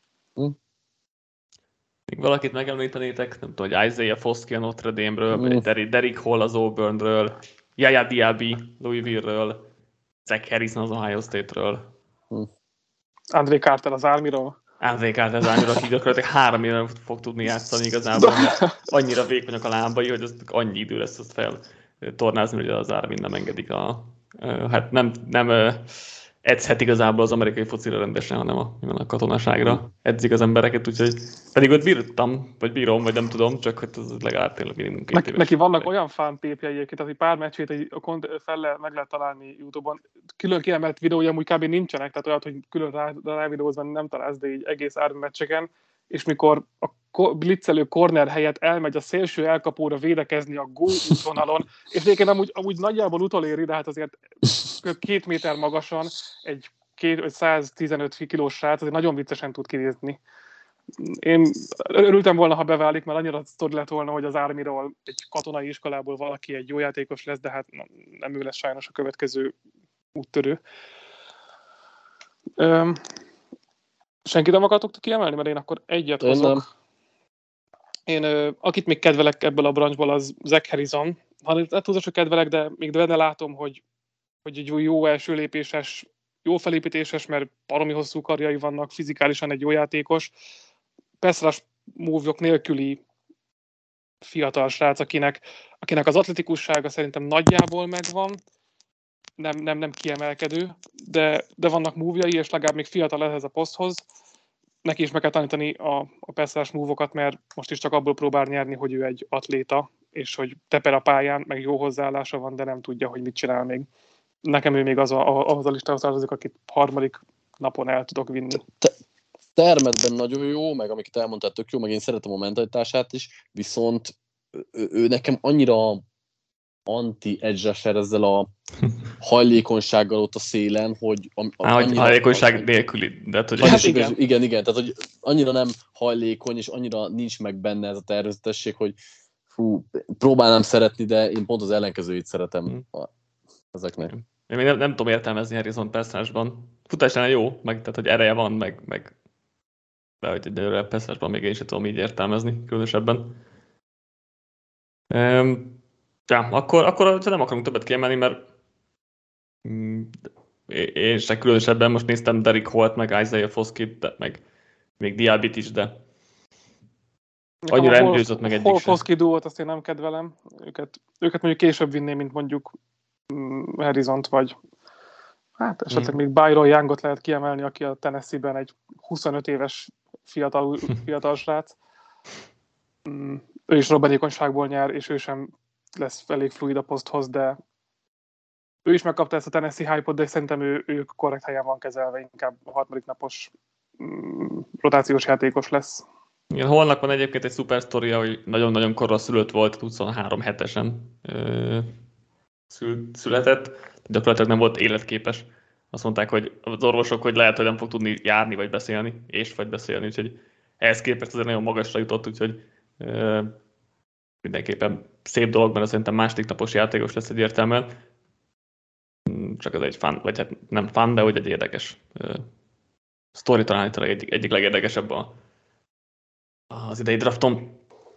Még valakit megemlítenétek, nem tudom, hogy Isaiah Foskey a Notre Dame-ről, Derek Hall az Auburnről, Yaya Diaby Louisville-ről, Zach Harrison az Ohio State-ről. André Carter az Army-ról. André Carter az Army-ról, aki gyakorlatilag 3 éve fog tudni játszani igazából, mert annyira vékonyak a lábai, hogy az annyi idő lesz azt feltornázni, hogy az Army nem engedik hát nem edzhet igazából az amerikai focira rendesen, hanem a katonaságra edzik az embereket, úgyhogy pedig ott bírom, vagy nem tudom, csak hogy ez legalább tényleg minimum 2 éves. Neki vannak olyan fántépje egyébként, hogy pár meccsét meg lehet találni YouTube-on. Külön kiemelt videója amúgy kb. Nincsenek, tehát olyat, hogy külön rávideózva nem találsz, de így egész Army meccseken, és mikor a blitzelő corner helyett elmegy a szélső elkapóra védekezni a gól útvonalon, és egyébként amúgy nagyjából utoléri, de hát azért 2 méter magasan egy 115 kilós srác, azért nagyon viccesen tud kinézni. Én örültem volna, ha beválik, mert annyira sztori lett volna, hogy az Army-ról egy katonai iskolából valaki egy jó játékos lesz, de hát nem ő lesz sajnos a következő úttörő. Senkit nem akartok kiemelni, mert én akkor egyet hozok. Én, akit még kedvelek ebből a branchból, az Zach Harrison. Nem tudod, hogy kedvelek, de még benne látom, hogy egy jó első lépéses, jó felépítéses, mert baromi hosszú karjai vannak, fizikálisan egy jó játékos. Pass move-ok nélküli fiatal srác, akinek az atletikussága szerintem nagyjából megvan, nem kiemelkedő, de vannak move-jai, és legalább még fiatal ehhez a poszthoz. Neki is meg kell tanítani a pass move-okat, mert most is csak abból próbál nyerni, hogy ő egy atléta, és hogy teper a pályán, meg jó hozzáállása van, de nem tudja, hogy mit csinál még. Nekem ő még ahhoz a listához tartozik, akit harmadik napon el tudok vinni. Termetben nagyon jó, meg amiket elmondtál, tök jó, meg én szeretem a mentalitását is, viszont ő nekem annyira anti-edge rusher ezzel a hajlékonysággal ott a szélen, hogy... hajlékonyság nélküli. De igen, tehát hogy annyira nem hajlékony, és annyira nincs meg benne ez a természetesség, hogy próbálnám szeretni, de én pont az ellenkezőjét szeretem ezeknek. Én még nem tudom értelmezni Harrison passzásban. Futásnál jó, meg tehát, hogy ereje van, meg de hogy egyelőre passzásban még én sem tudom így értelmezni, különösebben. Akkor nem akarunk többet kiemelni, mert én sem különösebben most néztem Derek Holt, meg Isaiah Foskit, meg még Diabit is, de annyira nem győzött meg egyik sem. Foskit duót azt én nem kedvelem. Őket mondjuk később vinném, mint mondjuk Harrisont, vagy hát esetleg még Byron Youngot lehet kiemelni, aki a Tennessee-ben egy 25 éves fiatal srác. Ő is robbanékonyságból nyer, és ő sem lesz elég fluid a poszthoz, de ő is megkapta ezt a Tennessee hype-ot, de szerintem ő korrekt helyen van kezelve, inkább a harmadik napos rotációs játékos lesz. Igen, Holnak van egyébként egy szuper sztoria, hogy nagyon-nagyon korra szülött volt, 23 hetesen született, gyakorlatilag nem volt életképes. Azt mondták, hogy az orvosok, hogy lehet, hogy nem fog tudni járni vagy beszélni, vagy beszélni, úgyhogy ehhez képest azért nagyon magasra jutott, úgyhogy mindenképpen szép dolog, mert szerintem második napos játékos lesz egyértelműen. Csak ez egy fun, vagy hát nem fun, de hogy egy érdekes sztori, talán egyik legérdekesebb az idei drafton.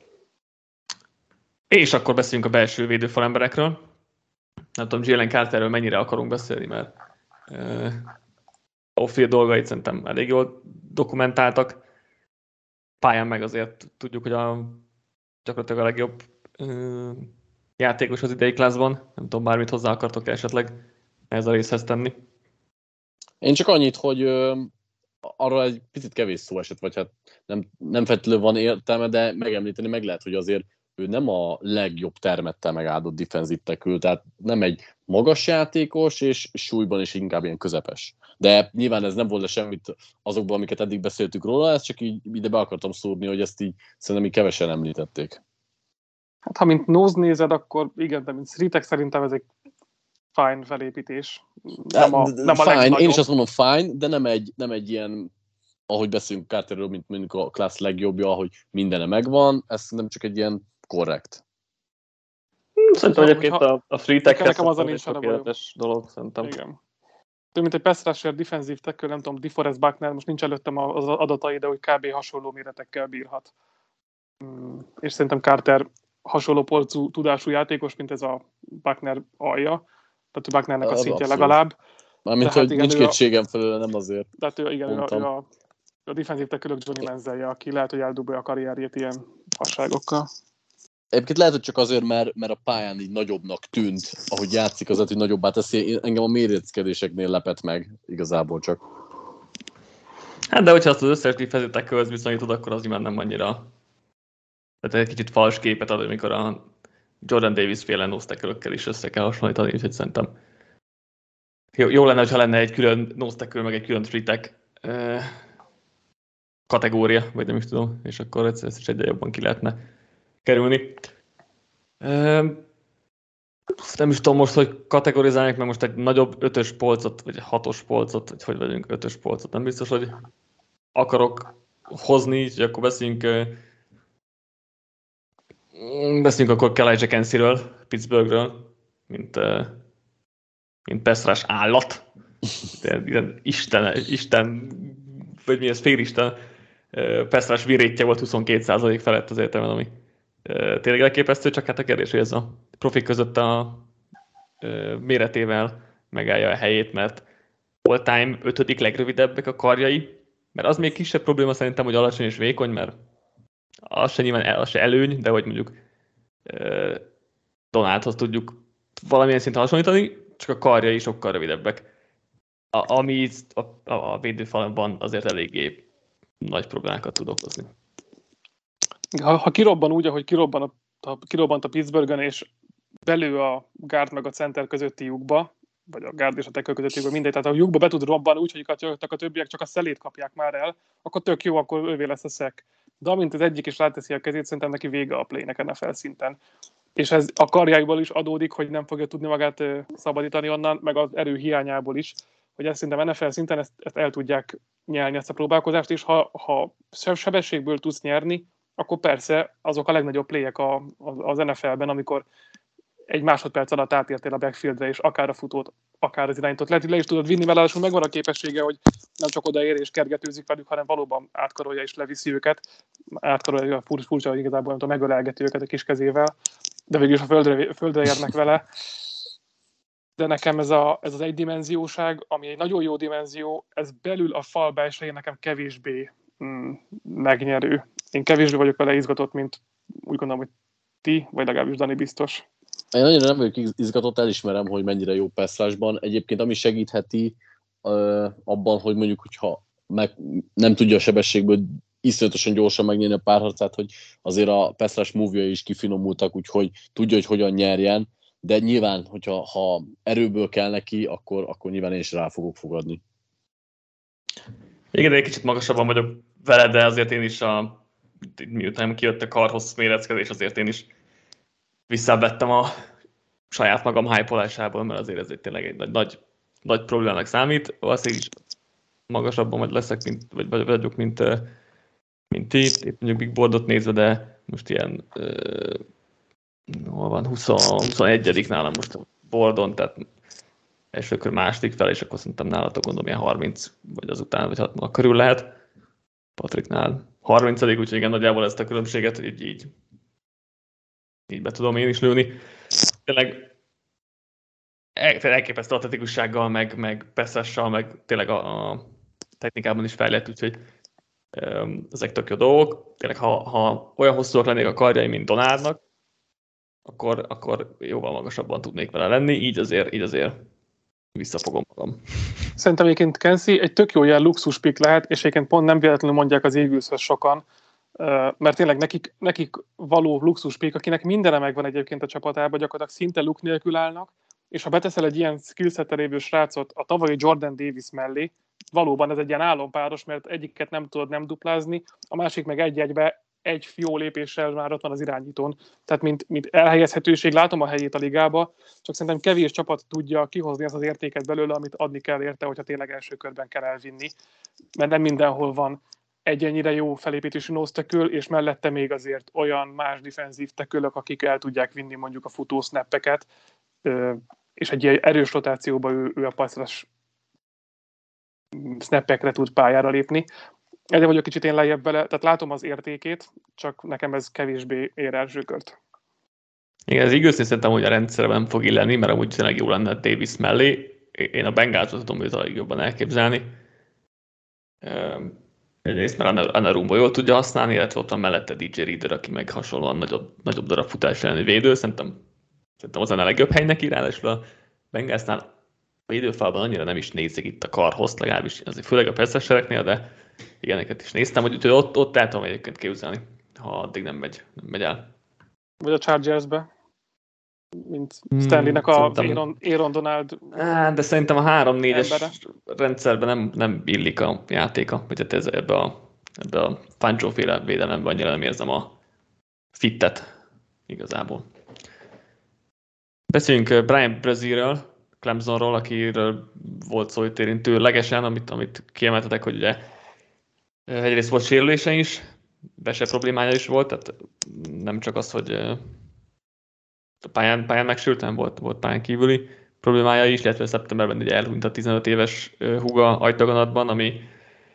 És akkor beszéljünk a belső védőfalemberekről. Nem tudom, Jalen Carterről mennyire akarunk beszélni, mert off-field dolgait szerintem elég jól dokumentáltak. Pályán meg azért tudjuk, hogy gyakorlatilag a legjobb játékos az idei klászban. Nem tudom, bármit hozzá akartok esetleg ez a részhez tenni. Én csak annyit, hogy arra egy picit kevés szó esett, vagy hát nem feltétlenül van értelme, de megemlíteni meg lehet, hogy azért ő nem a legjobb termettel megáldott defensive tackle, tehát nem egy magas játékos, és súlyban is inkább ilyen közepes. De nyilván ez nem volt le semmit azokból, amiket eddig beszéltük róla, ezt csak így ide be akartam szúrni, hogy ezt így szerintem így kevesen említették. Hát ha mint nose nézed, akkor igen, de mint Sritek szerintem ez egy fine felépítés. Nem a legnagyobb. Én is azt mondom fine, de nem egy ilyen, ahogy beszélünk Carterről, mint mondjuk a class legjobbja, hogy mindene megvan, ez nem csak egy ilyen korrekt. Szerintem egyébként a Sritek nekem az a nincs tökéletes dolog, szerintem. Igen. Mint egy pass rusher, defensive tackle, nem tudom, DeForest Buckner, most nincs előttem az adatai, de hogy kb. Hasonló méretekkel bírhat. És szerintem Carter hasonló polcú tudású játékos, mint ez a Buckner alja. Tehát a Bucknernek a szintje legalább. Mármint, hogy hát nincs kétségem felőle, nem azért. Tehát ő a defensive tackle Johnny Manziel-je, aki lehet, hogy eldobja a karrierjét ilyen fasságokkal. Egyébként lehet, hogy csak azért, mert a pályán így nagyobbnak tűnt, ahogy játszik, azért, hogy nagyobbá teszi. Engem a méretkedéseknél lepett meg igazából csak. Hát de hogyha azt az összes defensive tackle-höz viszonyítod, akkor az nyilván nem annyira. Tehát egy kicsit fals képet ad, amikor a Jordan Davis féle nose tackle-ökkel is össze kell hasonlítani, úgyhogy szerintem jó lenne, ha lenne egy külön nose tackle, meg egy külön free kategória, vagy nem is tudom, és akkor ezt is egyre jobban ki lehetne kerülni. Nem is tudom most, hogy kategorizálják meg most egy nagyobb 5-ös polcot, vagy 6-os polcot, vagy hogy vagyunk 5-ös polcot. Nem biztos, hogy akarok hozni, így akkor beszéljünk akkor Kalijah Kanceyről, Pittsburghről, mint pass rush állat. Isten, vagy mi ez, félisten pass win rate volt 22% felett az értelmen, ami tényleg elképesztő, csak hát a kérdés, hogy ez a profik között a méretével megállja a helyét, mert all-time 5. legrövidebbek a karjai, mert az még kisebb probléma szerintem, hogy alacsony és vékony, mert az se nyilván az se előny, de hogy mondjuk Donaldhoz tudjuk valamilyen szinten hasonlítani, csak a karjai sokkal rövidebbek. Ami a védőfalban azért eléggé nagy problémákat tud okozni. Ha kirobban úgy, ahogy kirobbant a Pittsburghen, és belül a guard meg a center közötti lyukba, vagy a guard és a tackle közötti lyukba, mindegy, tehát a lyukba be tud robbanni úgy, hogy a többiek csak a szelét kapják már el, akkor tök jó, akkor ővé lesz a szek. De amint az egyik is ráteszi a kezét, szerintem neki vége a playnek NFL szinten. És ez a karjáiból is adódik, hogy nem fogja tudni magát szabadítani onnan, meg az erő hiányából is, hogy ezt szerintem NFL szinten ezt el tudják nyelni, ezt a próbálkozást, és ha sebességből tudsz nyerni, akkor persze azok a legnagyobb playek az NFL-ben, amikor egy másodperc alatt átértél a backfieldre, és akár a futót, akár az irányítót le is tudod vinni, ráadásul megvan a képessége, hogy nem csak odaér és kergetőzik velük, hanem valóban átkarolja és leviszi őket. Átkarolja, furcsa, hogy igazából nem tudom, megölelgeti őket a kis kezével, de végül is a földre érnek vele. De nekem ez az egydimenzióság, ami egy nagyon jó dimenzió, ez belül a fal belsején nekem kevésbé megnyerő. Én kevésbé vagyok vele izgatott, mint úgy gondolom, hogy ti, vagy legalábbis Dani biztos. Én annyira nem vagyok izgatott, elismerem, hogy mennyire jó passzrásban. Egyébként ami segítheti abban, hogy mondjuk, hogyha nem tudja a sebességből iszonyatosan gyorsan megnyerni a párharcát, hogy azért a passzrás move-jai is kifinomultak, úgyhogy tudja, hogy hogyan nyerjen, de nyilván, hogyha erőből kell neki, akkor nyilván én is rá fogok fogadni. Igen, egy kicsit magasabban vagyok vele, de azért én is miután kijött a karhossz méreckedés, azért én is visszavettem a saját magam hype-olásából, mert azért ez tényleg egy nagy problémának számít. Valószínűleg is magasabban vagy leszek, vagy vagyok, mint ti. Itt mondjuk Big Boardot nézve, de most ilyen hol van, 21. nálam most a boardon, tehát első kör második fel, és akkor szerintem nálatok gondolom ilyen 30, vagy azután, vagy 60 körül lehet. Patriknál 30, úgyhogy igen, nagyjából ezt a különbséget így be tudom én is lőni. Tényleg elképesztő atletikussággal, meg passzessal, meg tényleg a technikában is fejlett, úgyhogy ezek tök jó dolgok. Tényleg, ha olyan hosszúak lennék a karjai, mint Donaldnak, akkor jóval magasabban tudnék vele lenni, így azért visszafogom magam. Szerintem egyébként Kenzie egy tök jó ilyen luxus pick lehet, és egyébként pont nem véletlenül mondják az Eagleshöz sokan, mert tényleg nekik való luxus pick, akinek mindene megvan egyébként a csapatában, gyakorlatilag szinte luk nélkül állnak, és ha beteszel egy ilyen skillsettel lévő srácot a tavalyi Jordan Davis mellé, valóban ez egy ilyen álompáros, mert egyiket nem tudod nem duplázni, a másik meg egy-egybe egy jó lépéssel már ott van az irányítón. Tehát mint elhelyezhetőség látom a helyét a ligába, csak szerintem kevés csapat tudja kihozni azt az értéket belőle, amit adni kell érte, hogyha tényleg első körben kell elvinni. Mert nem mindenhol van egy ennyire jó felépítésű nose tackle, és mellette még azért olyan más defenzív tackle-ök, akik el tudják vinni mondjuk a futó snappeket, és egy ilyen erős rotációban ő a passzras snappekre tud pályára lépni. Ezért vagyok kicsit én lejjebb vele, tehát látom az értékét, csak nekem ez kevésbé ér első kört. Igen, ez igaz, én szerintem, hogy a rendszerben nem fog illeni, mert amúgy tényleg jó lenne Davis mellé. Én a Bengalsot tudom őt a legjobban elképzelni. Egyrészt, mert Anarumbo jól tudja használni, illetve ott van mellette DJ Reader, aki meg hasonlóan nagyobb darab futás elleni védő. Szerintem az lenne a legjobb hely neki, ráadásul a Bengalsnál a védőfalban annyira nem is nézzük itt a karhoz, legalábbis azért főleg a percesereknél, de ilyeneket is néztem, úgyhogy ott el tudom egyébként képzelni, ha addig nem megy el. Vagy a Chargersbe, mint Stanleynek a Aaron Donald. De szerintem a 3-4-es rendszerben nem illik a játéka, vagy hát ebbe a Fangio-féle védelemben annyira nem érzem a fittet igazából. Beszéljünk Brian Brazierről, Clemsonról, akiről volt szó itt érintőlegesen, amit kiemeltetek, hogy ugye egyrészt volt sérülése is, bese problémája is volt, tehát nem csak az, hogy a pályán megsült, nem volt pályán kívüli problémája is, illetve szeptemberben ugye elhunyt a 15 éves húga agydaganatban, ami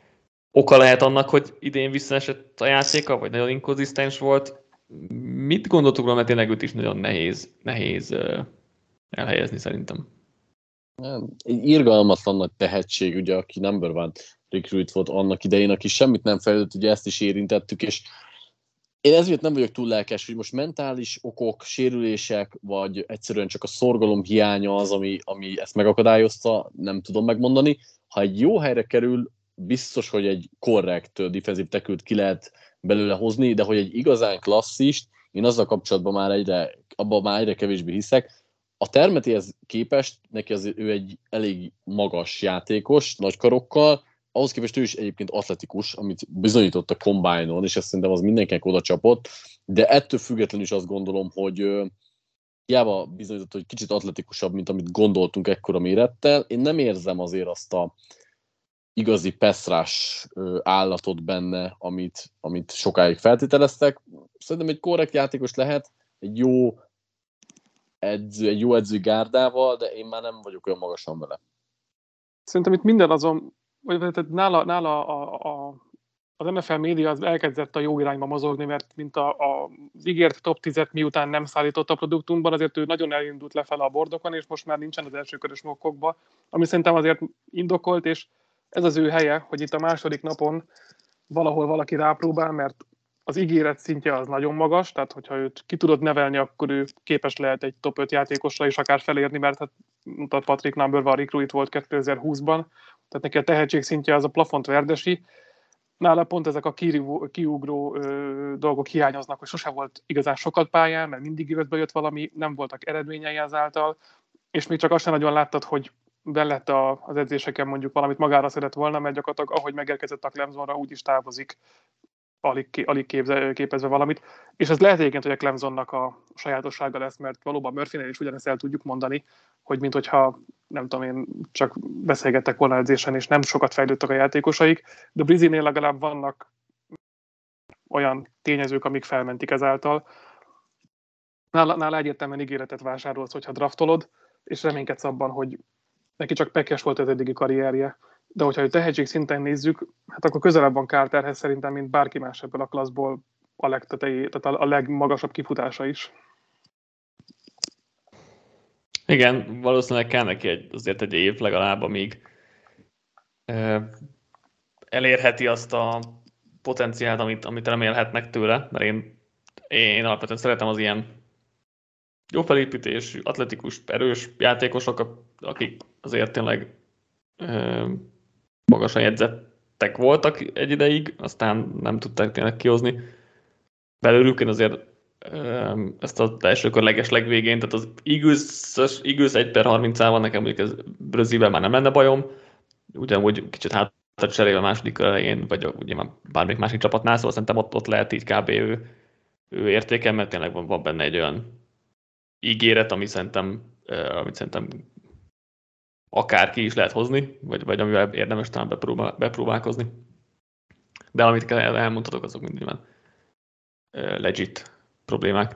oka lehet annak, hogy idén visszaesett a játéka, vagy nagyon inkonzisztens volt. Mit gondoltuk róla, mert tényleg őt is nagyon nehéz elhelyezni szerintem. Egy irgalmatlan nagy tehetség, ugye, aki number one recruit volt annak idején, aki semmit nem fejlődött, ugye ezt is érintettük, és én ezért nem vagyok túl lelkes, hogy most mentális okok, sérülések, vagy egyszerűen csak a szorgalom hiánya az, ami ezt megakadályozta, nem tudom megmondani. Ha egy jó helyre kerül, biztos, hogy egy korrekt defensive tackle-t ki lehet belőle hozni, de hogy egy igazán klasszist, én azzal kapcsolatban már egyre kevésbé hiszek. A termetéhez képest neki ő egy elég magas játékos, nagy karokkal, ahhoz képest ő is egyébként atletikus, amit bizonyított a Combine-on, és ezt szerintem az mindenkinek oda csapott, de ettől függetlenül is azt gondolom, hogy hiába bizonyított, hogy kicsit atletikusabb, mint amit gondoltunk ekkora mérettel. Én nem érzem azért azt a igazi pass állatot benne, amit sokáig feltételeztek. Szerintem egy korrekt játékos lehet, egy jó edzői gárdával, de én már nem vagyok olyan magasan vele. Szerintem itt minden azon, vagy nála az NFL média az elkezdett a jó irányba mozogni, mert mint az ígért top 10-et miután nem szállított a produktumban, azért ő nagyon elindult lefelé a bordokon, és most már nincsen az elsőkörös mokkokba, ami szerintem azért indokolt, és ez az ő helye, hogy itt a második napon valahol valaki rápróbál, mert az ígéret szintje az nagyon magas, tehát hogyha őt ki tudod nevelni, akkor ő képes lehet egy top 5 játékosra is akár felérni, mert hát Patrick number one recruit volt 2020-ban, tehát neki a tehetség szintje az a plafont verdesi. Nála pont ezek a kiugró dolgok hiányoznak, hogy sose volt igazán sokat pályán, mert mindig jött valami, nem voltak eredményei ezáltal, és még csak azt sem nagyon láttad, hogy bellett az edzéseken mondjuk valamit magára szeret volna, mert gyakorlatilag ahogy megérkezett a Clemsonra, úgy is távozik, alig képezve valamit. És ez lehet egyébként, hogy a Clemsonnak a sajátossága lesz, mert valóban Murphynél is ugyanezt el tudjuk mondani, hogy minthogyha, nem tudom én, csak beszélgettek volna edzésen, és nem sokat fejlődtek a játékosaik, de Brizzinél legalább vannak olyan tényezők, amik felmentik ezáltal. Nála egyértelműen ígéretet vásárolsz, hogyha draftolod, és reménykedsz abban, hogy neki csak pekes volt az eddigi karrierje. De hogyha a tehetség szinten nézzük, hát akkor közelebb van Carterhez szerintem, mint bárki más ebből a klasszból tehát a legmagasabb kifutása is. Igen, valószínűleg kell neki azért egy év legalább, amíg elérheti azt a potenciált, amit remélhetnek tőle, mert én alapvetően szeretem az ilyen jó felépítésű, atletikus, erős játékosok, akik azért tényleg magasan jegyzettek voltak egy ideig, aztán nem tudták tényleg kihozni belőlük. Én azért ezt az első kör legvégén, tehát az Eagles 1/30-ával nekem mondjuk ez Brözivel már nem lenne bajom, ugyanúgy kicsit hátra cserélve a második kör elején, vagy ugye már bármelyik másik csapatnál, szóval szerintem ott lehet így kb. ő értéken, mert tényleg van benne egy olyan ígéret, amit szerintem akárki is lehet hozni, vagy amivel érdemes talán bepróbálkozni. De amit elmondhatok, azok mindnyilván legit problémák.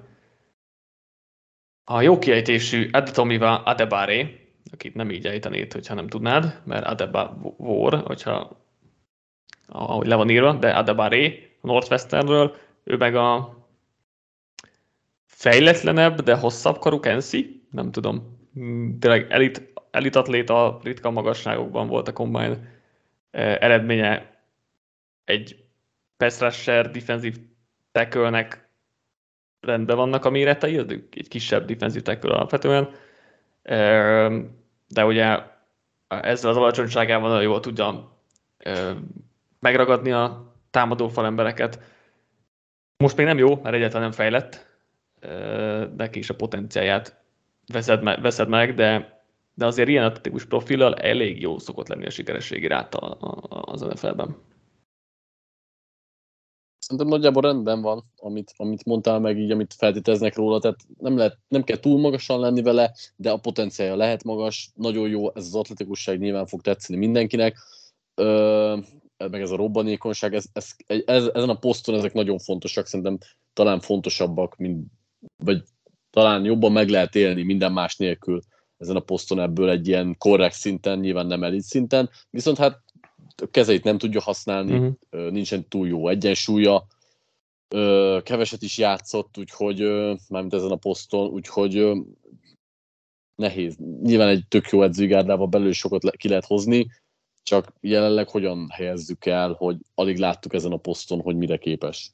A jó kiejtésű Adetomiwa Adebare, akit nem így ejtenéd, hogyha nem tudnád, mert Adebawor, ahogy le van írva, de Adebare a Northwesternről, ő meg a fejletlenebb, de hosszabb karú Kensi, nem tudom, tényleg elit atléta, ritka magasságokban volt a Combine eredménye, egy pass rusher, defensive tackle-nek rendben vannak a méretei, egy kisebb defensive tackle alapvetően, de ugye ezzel az alacsonyságával nagyon jól tudja megragadni a támadó falembereket. Most még nem jó, mert egyáltalán nem fejlett, neki is a potenciáját veszed meg, de azért ilyen atletikus profillal elég jó szokott lenni a sikerességi ráta az NFL-ben. Szerintem nagyjából rendben van, amit mondtál meg, így, amit feltételeznek róla, tehát nem kell túl magasan lenni vele, de a potenciálja lehet magas, nagyon jó, ez az atletikusság nyilván fog tetszeni mindenkinek, meg ez a robbanékonyság, ezen a poszton ezek nagyon fontosak, szerintem talán fontosabbak, vagy talán jobban meg lehet élni minden más nélkül ezen a poszton ebből egy ilyen korrekt szinten, nyilván nem elit szinten, viszont hát kezeit nem tudja használni, nincsen túl jó egyensúlya, keveset is játszott, úgyhogy mármint ezen a poszton, úgyhogy nehéz. Nyilván egy tök jó edzőgárdával belül sokat ki lehet hozni, csak jelenleg hogyan helyezzük el, hogy alig láttuk ezen a poszton, hogy mire képes.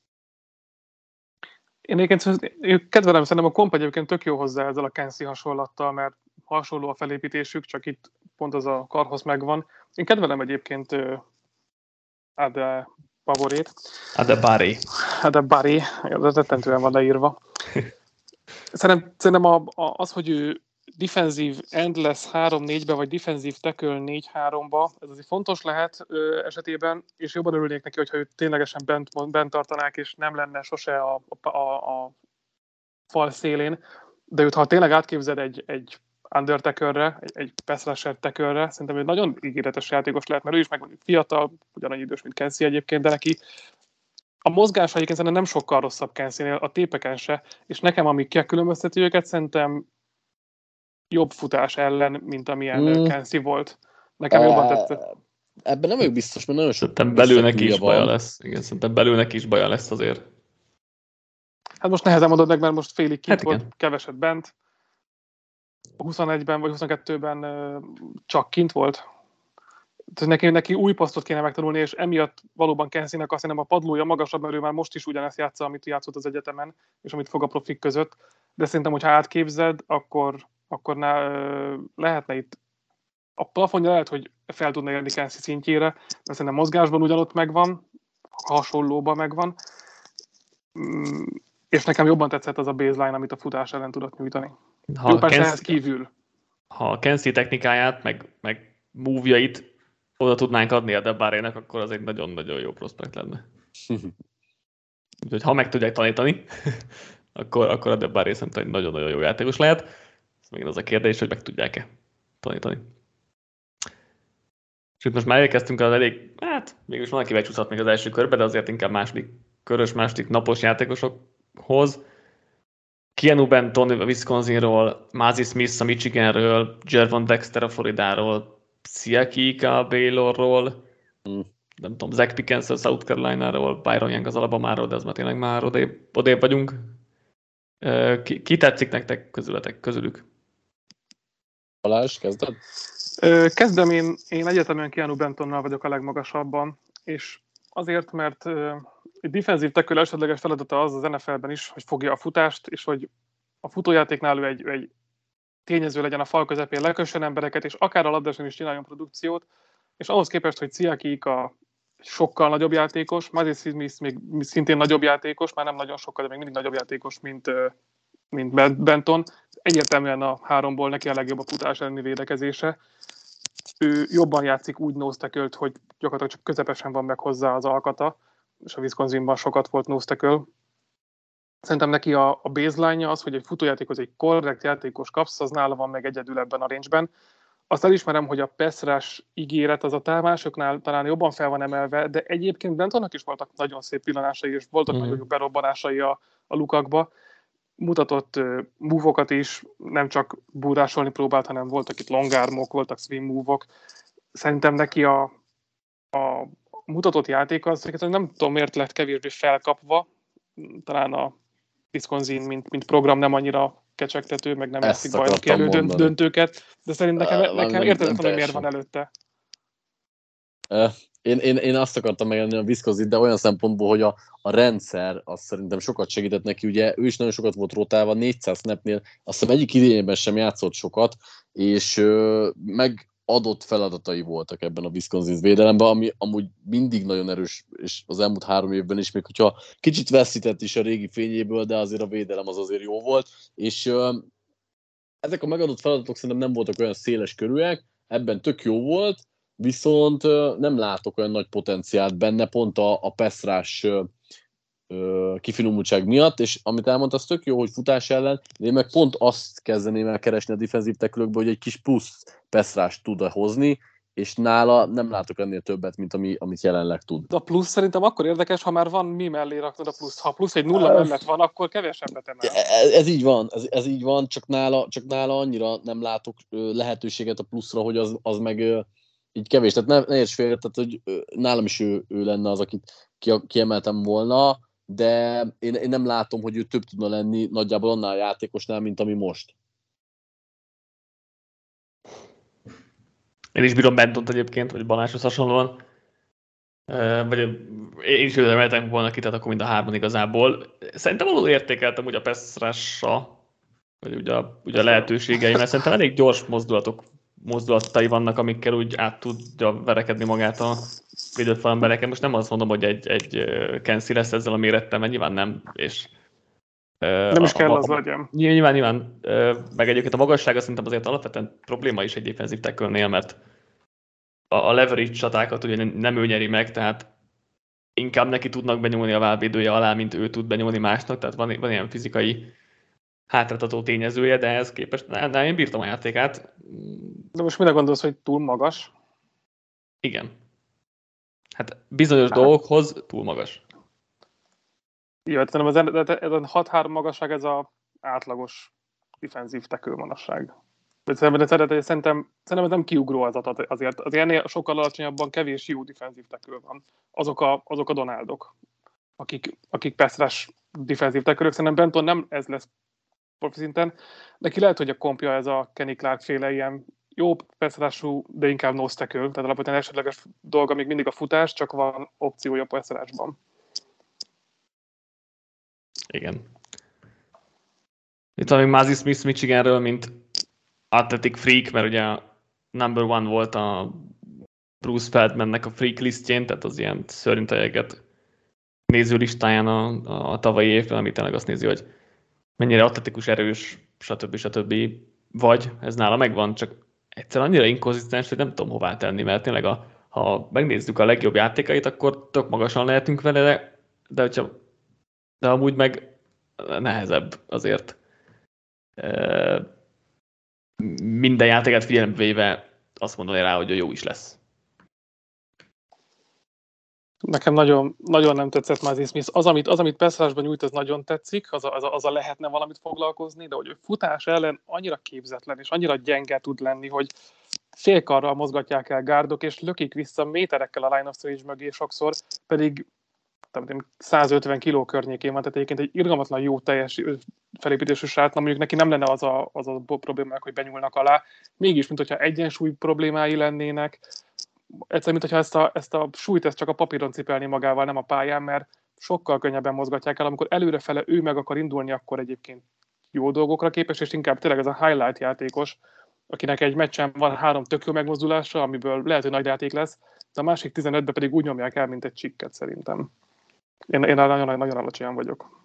Én egyébként kedvelem, szerintem a komp egyébként tök jó hozzá ezzel a Kensi hasonlattal, mert hasonló a felépítésük, csak itt pont az a karhoz megvan. Én kedvelem egyébként Ade Pavorét. Adebari, ez rettentően van leírva. Szerintem az, hogy ő defensív end lesz 3-4-be, vagy defensív tackle 4-3-ba, ez azért fontos lehet esetében, és jobban örülnék neki, hogyha őt ténylegesen bent tartanák, és nem lenne sose a fal szélén, de őt, ha tényleg átképzed egy under tackle-re, egy pass rusher tackle-re, szerintem ő nagyon ígéretes játékos lehet, mert ő is meg fiatal, ugyanannyi idős, mint Kensi egyébként, de neki a mozgása egyébként szerintem nem sokkal rosszabb Kensinél, a tépeken se, és nekem, ami különbözteti őket, szerintem jobb futás ellen, mint amilyen Kensi volt. Nekem jobban tetszett. Ebben nem vagyok biztos, mert nagyon sok szerintem belül neki is baja lesz. Igen, szerintem belül neki is baja lesz azért. Hát most nehezen mondod meg, mert most félig kint volt, igen. keveset bent. 21-ben vagy 22-ben csak kint volt. Neki új posztot kéne megtanulni, és emiatt valóban Kensinek azt hiszem a padlója magasabb, mert ő már most is ugyanezt játsza, amit játszott az egyetemen, és amit fog a profik között. De szerintem, hogyha átképzed, akkor lehetne itt a plafonja lehet, hogy fel tudna érni Kensi szintjére, mert szerintem mozgásban ugyanott megvan, hasonlóban megvan, és nekem jobban tetszett az a baseline, amit a futás ellen tudott nyújtani. Jó, persze ehhez kívül. Ha a Kensi technikáját, meg move-jait oda tudnánk adni a Debarének, akkor az egy nagyon-nagyon jó prospekt lenne. Úgyhogy ha meg tudják tanítani, akkor a Debaré szerintem egy nagyon-nagyon jó játékos lehet. Ez megint az a kérdés, hogy meg tudják-e tanítani. És itt most már elkezdtünk az elég, mégis van, aki becsúszott még az első körbe, de azért inkább második napos játékosokhoz. Keanu Benton a Wisconsinról, Mazi Smith a Michiganről, Jervon Dexter a Floridáról, Siaki Ika a Baylorról, nem tudom, Zach Pickens a South Carolina-ról, Byron Young az Alabamáról, de ez már tényleg már odébb vagyunk. Ki tetszik nektek közülük? Balázs, kezded? Kezdem, én egyetemen Keanu Bentonnal vagyok a legmagasabban, és azért, mert egy defensív tackle elsődleges feladata az NFL-ben is, hogy fogja a futást, és hogy a futójátéknál ő egy tényező legyen a fal közepén, lekössön embereket, és akár a labdáson is csináljon produkciót, és ahhoz képest, hogy Siaki Ika sokkal nagyobb játékos, Mazi Smith még szintén nagyobb játékos, már nem nagyon sokkal, de még mindig nagyobb játékos, mint Benton. Egyértelműen a háromból neki a legjobb a futás elleni védekezése. Ő jobban játszik úgy nose tackle-t, hogy gyakorlatilag csak közepesen van meg hozzá az alkata, és a Wisconsinban sokat volt nose tackle. Szerintem neki a baseline-ja az, hogy egy futójátékhoz egy korrekt játékos kapsz, az nála van meg egyedül ebben a range-ben. Azt elismerem, hogy a pass rush ígéret az a támásoknál talán jobban fel van emelve, de egyébként Bentonnak is voltak nagyon szép pillanásai, és voltak nagyon jó berobbanásai a lukakba. Mutatott move-okat is, nem csak búrásolni próbált, hanem voltak itt long armok, voltak swing move-ok. Szerintem neki a mutatott játék az, hogy nem tudom miért lett kevésbé felkapva, talán a Wisconsin, mint program nem annyira kecsegtető, meg nem játszik bajnoki elődöntőket, de szerintem nekem értetlen, hogy miért van előtte. Én azt akartam megenni a Wisconsin, de olyan szempontból, hogy a rendszer az szerintem sokat segített neki, ugye ő is nagyon sokat volt rotálva, 400 snapnél, azt hiszem egyik idényében sem játszott sokat, és megadott feladatai voltak ebben a Wisconsin védelemben, ami amúgy mindig nagyon erős, és az elmúlt 3 évben is, még hogyha kicsit veszített is a régi fényéből, de azért a védelem az azért jó volt, és ezek a megadott feladatok szerintem nem voltak olyan széles körűek, ebben tök jó volt, viszont nem látok olyan nagy potenciált benne, pont a pass rush kifinomultság miatt, és amit elmondta, az tök jó, hogy futás ellen, de én meg pont azt kezdeném el keresni a defensív tackle-ökbe, hogy egy kis plusz pass rush tud hozni, és nála nem látok ennél többet, mint amit jelenleg tud. De a plusz szerintem akkor érdekes, ha már van mi mellé raknod a plusz. Ha plusz egy 0 mellett van, akkor kevesebbet emel. Ez így van, csak nála annyira nem látok lehetőséget a pluszra, hogy az meg így kevés, tehát ne érts félre, tehát hogy nálam is ő lenne az, akit kiemeltem volna, de én nem látom, hogy ő több tudna lenni nagyjából annál a játékosnál, mint ami most. Én is bírom Bentont egyébként, vagy Balázshoz hasonlóan. Vagy én is emeltem volna ki, tehát akkor mind a hárman igazából. Szerintem valóban értékeltem úgy a Pestrassa, vagy ugye a lehetőségei, mert szerintem elég gyors mozdulatai vannak, amikkel úgy át tudja verekedni magát a védett falembereken. Most nem azt mondom, hogy egy Kensi lesz ezzel a mérettel, mert nyilván nem, és nem is kell az legyen. Nyilván, meg egyébként a magassága szerintem azért alapvetően probléma is egy defensív tackle-nél, mert a leverage csatákat ugye nem ő nyeri meg, tehát inkább neki tudnak benyúlni a válvédője alá, mint ő tud benyúlni másnak, tehát van ilyen fizikai hátráltató tényezője, de ehhez képest én bírtam a játékát. De most mire gondolsz, hogy túl magas? Igen. Hát bizonyos dolgokhoz túl magas. Ja, szerintem ez a 6-3 magasság, ez az átlagos defensív tackle manasság. Szerintem ez nem kiugró az adat azért. Az ennél sokkal alacsonyabban kevés jó defensív tackle van. Azok a Donaldok, akik pass rush defensív tackle-ök. Szerintem Benton nem ez lesz profi szinten. Neki lehet, hogy a kompja ez a Kenny Clark féle ilyen jó pass rush-ú, de inkább nose tackle. Tehát alapvetően esetleges dolga még mindig a futás, csak van opciója pass rushban. Igen. Itt van még Mazi Smith Michiganről, mint athletic freak, mert ugye number one volt a Bruce Feldmannek a freak listjén, tehát az ilyen szörnyteljeget néző listáján a tavalyi évben, amit tényleg azt nézi, hogy mennyire atletikus, erős, stb. Vagy, ez nála megvan, csak egyszerűen annyira inkonzisztens, hogy nem tudom hová tenni, mert tényleg ha megnézzük a legjobb játékait, akkor tök magasan lehetünk vele, de amúgy meg nehezebb azért. Minden játékát figyelembe véve azt mondani rá, hogy jó is lesz. Nekem nagyon, nagyon nem tetszett Mazi Smith. Az, amit passzrásban nyújt, az nagyon tetszik, az a lehetne valamit foglalkozni, de hogy ő futás ellen annyira képzetlen és annyira gyenge tud lenni, hogy félkarral mozgatják el gárdok, és lökik vissza méterekkel a line of scrimmage mögé sokszor, pedig 150 kiló környékén van, tehát egyébként egy irgalmatlan jó teljes felépítésű srác, mondjuk neki nem lenne az a problémák, hogy benyúlnak alá, mégis, mint hogyha egyensúly problémái lennének, egyszerűen, mint hogyha ezt a súlyt csak a papíron cipelni magával, nem a pályán, mert sokkal könnyebben mozgatják el, amikor előrefele ő meg akar indulni, akkor egyébként jó dolgokra képes, és inkább tényleg ez a highlight játékos, akinek egy meccsen van 3 tök jó megmozdulása, amiből lehet, hogy nagy játék lesz, de a másik 15-ben pedig úgy nyomják el, mint egy csikket szerintem. Én nagyon alacsonyan vagyok.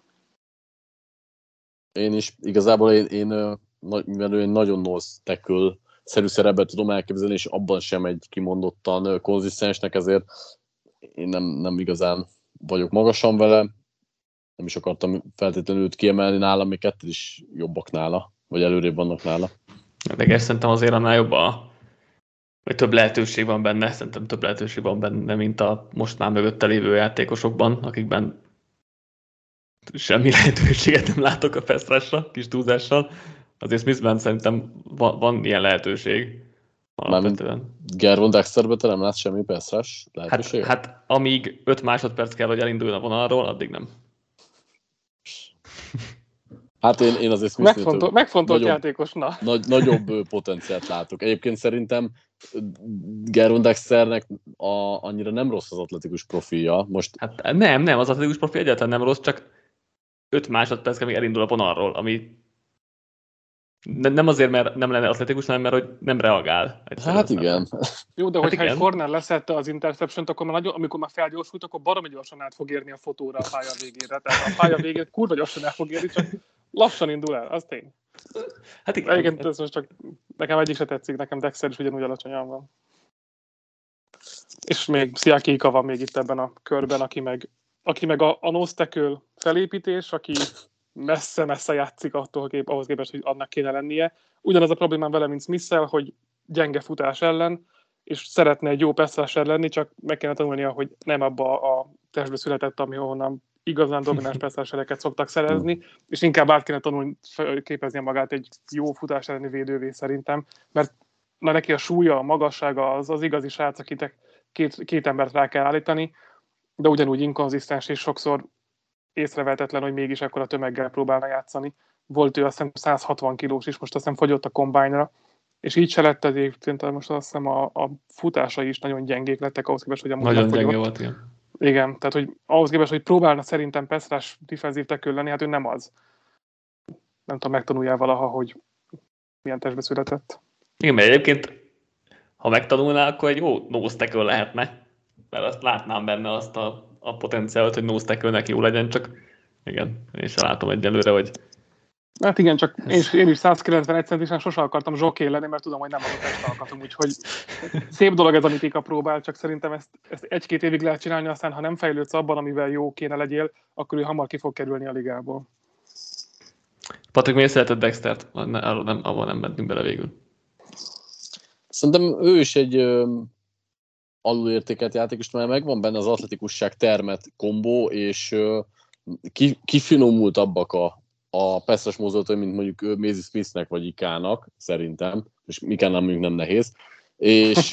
Én is. Igazából én nagyon nose tackle-szerű szerepet tudom elképzelni, és abban sem egy kimondottan konzisztensnek, ezért én nem igazán vagyok magasan vele. Nem is akartam feltétlenül őt kiemelni, nálam még kettő is jobbak nála, vagy előrébb vannak nála. De szerintem azért annál jobb vagy több lehetőség van benne, szerintem több lehetőség van benne, mint a most már mögötte lévő játékosokban, akikben semmi lehetőséget nem látok a pass-rushra, kis túlzással. Azért Smithben szerintem van ilyen lehetőség. Mármint Gervon Dexterben te nem látsz semmi pass rush lehetőséget? Hát amíg 5 másodperc kell, hogy elinduljon a vonalról, addig nem. Hát én azért megfontolt játékosna. Nagyobb potenciált látok. Egyébként szerintem Gervon Dexternek annyira nem rossz az atletikus profilja. Most... Hát nem, az atletikus profil egyáltalán nem rossz, csak 5 másodperc kell, még elindul a vonalról, ami nem azért, mert nem lenne atletikus, hanem mert hogy nem reagál. Hát igen. Jó, de hogyha egy corner leszette az interception-t, akkor amikor már felgyorsult, akkor baromi gyorsan át fog érni a fotóra a pálya végére. Tehát a pálya végét kurva gyorsan el fog érni, csak lassan indul el, az tény. Hát igen. Egyébként ez most csak nekem egyik se tetszik, nekem Dexter is ugyanúgy alacsonyan van. És még Siakika van még itt ebben a körben, aki meg a nose tackle felépítés, aki messze-messze játszik ahhoz képest, hogy annak kéne lennie. Ugyanaz a problémám vele, mint Smith-szel, hogy gyenge futás ellen, és szeretne egy jó pass rusher lenni, csak meg kéne tanulnia, hogy nem abba a testbe született, ahonnan igazán domináns pass rushereket szoktak szerezni, és inkább át kéne tanulni képezni magát egy jó futás elleni védővé szerintem, mert neki a súlya, a magassága az igazi srác, akit két embert rá kell állítani, de ugyanúgy inkonzisztens, és sokszor észrevehetetlen, hogy mégis akkor a tömeggel próbálna játszani. Volt ő azt hiszem 160 kilós is, most azt hiszem fogyott a kombányra, és így se lett egyébként, most azt hiszem a futásai is nagyon gyengék lettek ahhoz képest, hogy amúgy nagyon gyenge volt, igen. Igen, tehát hogy ahhoz képest, hogy próbálna szerintem pass-rush defensív tackle lenni, hát ő nem az. Nem tudom, megtanuljál valaha, hogy milyen testbe született. Igen, mert egyébként, ha megtanulná, akkor egy jó nose tackle lehetne, mert azt látnám benne azt a potenciált, hogy nose tackle-nek jó legyen, csak igen, én sem látom egyelőre, hogy... Hát igen, csak én is 191 centisen sosem akartam zsoké lenni, mert tudom, hogy nem az a testalkatom, úgyhogy szép dolog ez, amit Ika próbál, csak szerintem ezt 1-2 évig lehet csinálni, aztán ha nem fejlődsz abban, amivel jó kéne legyél, akkor ő hamar ki fog kerülni a ligából. Patrik, miért szereted Dextert? Abban nem mentünk bele végül. Szerintem ő is egy alulértékelt játékos, mert megvan benne az atletikusság termet kombó, és kifinomultabbak a pass-rush mozdulatai, mint mondjuk Mazie Smithnek vagy Ikának, szerintem, és Ikának mondjuk nem nehéz. És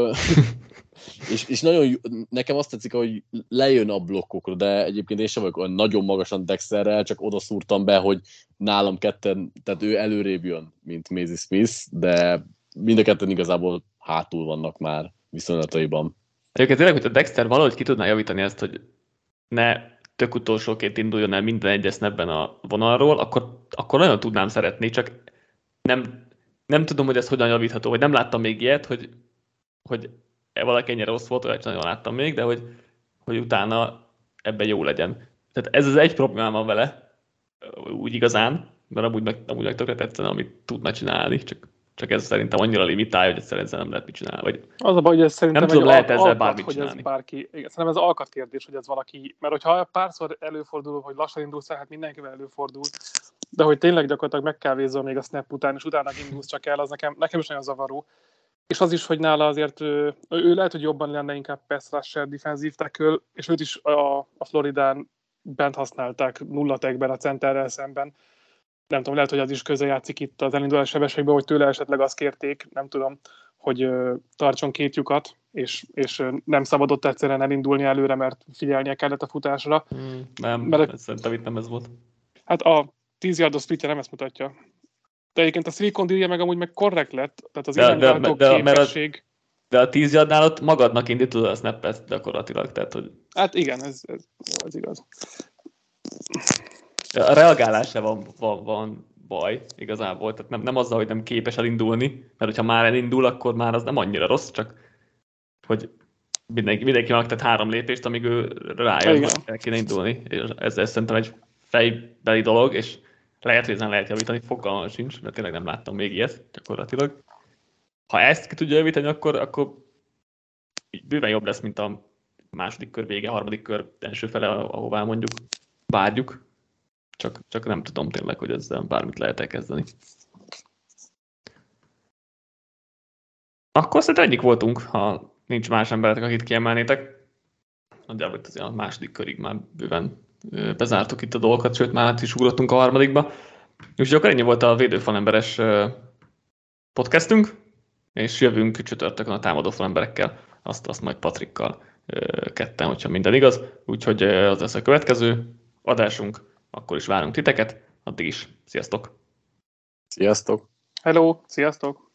nagyon nekem azt tetszik, hogy lejön a blokkokra, de egyébként én sem vagyok olyan nagyon magasan Dexterrel, csak oda szúrtam be, hogy nálam ketten, tehát ő előrébb jön, mint Mazie Smith, de mind a ketten igazából hátul vannak már viszonylataiban. Egyébként tényleg, hogy a Dexter valahogy ki tudná javítani ezt, hogy ne tök utolsóként induljon el minden egyes snapben a vonalról, akkor nagyon tudnám szeretni, csak nem tudom, hogy ez hogyan javítható, vagy nem láttam még ilyet, hogy valaki ennyire rossz volt, olyat nagyon láttam még, de hogy utána ebben jó legyen. Tehát ez az egy problémám vele, úgy igazán, mert amúgy meg tökre tetszene, amit tudna csinálni, csak ez szerintem annyira limitálja, hogy egyszerűen ezzel nem lehet mit csinálni. Vagy az a baj, hogy ez szerintem nem tudom, lehet ezzel bármit hogy csinálni. Ez bárki, igen, szerintem ez alkat kérdés, hogy ez valaki, mert hogyha párszor előfordul, hogy lassan indulsz el, hát mindenkivel előfordul, de hogy tényleg gyakorlatilag megkávézzon még a snap után, és utána indulsz csak el, az nekem is nagyon zavaró. És az is, hogy nála azért ő lehet, hogy jobban lenne inkább pass rusher, defensive tackle, és őt is a Floridán bent használták nulla tagben a centerrel szemben. Nem tudom, lehet, hogy az is köze játszik itt az elindulás sebességben, hogy tőle esetleg azt kérték, nem tudom, hogy tartson két lyukat, és nem szabadott egyszerűen elindulni előre, mert figyelnie kellett a futásra. Szerintem itt nem ez volt. Hát a 10 yardos splitje nem ezt mutatja. De egyébként a Silicon Deal meg amúgy meg korrekt lett, tehát az irányváltó képesség. De a 10 yardnál ott magadnak indítod a snappet gyakorlatilag, tehát hogy... Hát igen, ez igaz. A reagálása van baj igazából, tehát nem azzal, hogy nem képes elindulni, mert hogyha már elindul, akkor már az nem annyira rossz, csak hogy mindenki megtett 3 lépést, amíg ő rájön, hogy el kéne indulni. És ez szerintem egy fejbeli dolog, és lehet, hogy ezen lehet javítani, fogalmam sincs, mert tényleg nem láttam még ilyet gyakorlatilag. Ha ezt ki tudja javítani, akkor bőven jobb lesz, mint a második kör vége, harmadik kör első fele, ahová mondjuk várjuk. Csak nem tudom tényleg, hogy ezzel bármit lehet elkezdeni. Akkor szerintem egyik voltunk, ha nincs más emberek, akit kiemelnétek. Nagyjából itt azért a második körig már bőven bezártuk itt a dolgokat, sőt már át is ugrottunk a harmadikba. Úgyhogy akkor ennyi volt a védőfalemberes podcastünk, és jövünk csütörtökön a támadó falemberekkel, azt majd Patrikkal ketten, hogyha minden igaz. Úgyhogy az lesz a következő adásunk, akkor is várunk titeket, addig is. Sziasztok! Sziasztok! Hello! Sziasztok!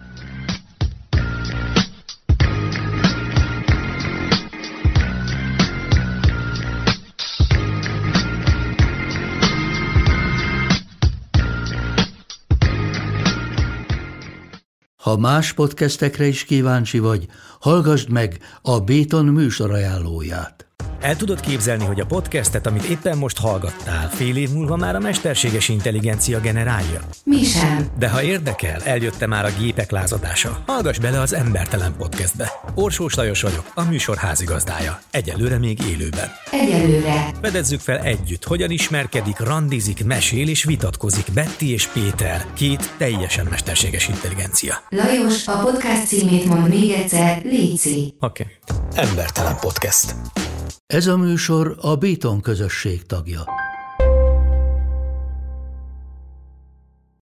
Ha más podcastekre is kíváncsi vagy, hallgassd meg a Béton műsor ajánlóját. El tudod képzelni, hogy a podcastet, amit éppen most hallgattál, fél év múlva már a mesterséges intelligencia generálja? Mi sem. De ha érdekel, eljött már a gépek lázadása. Hallgass bele az Embertelen Podcastbe. Orsós Lajos vagyok, a műsor házigazdája. Egyelőre még élőben. Egyelőre. Fedezzük fel együtt, hogyan ismerkedik, randizik, mesél és vitatkozik Betty és Péter, 2 teljesen mesterséges intelligencia. Lajos, a podcast címét mond még egyszer, léci. Oké. Embertelen Podcast. Ez a műsor a Béton közösség tagja.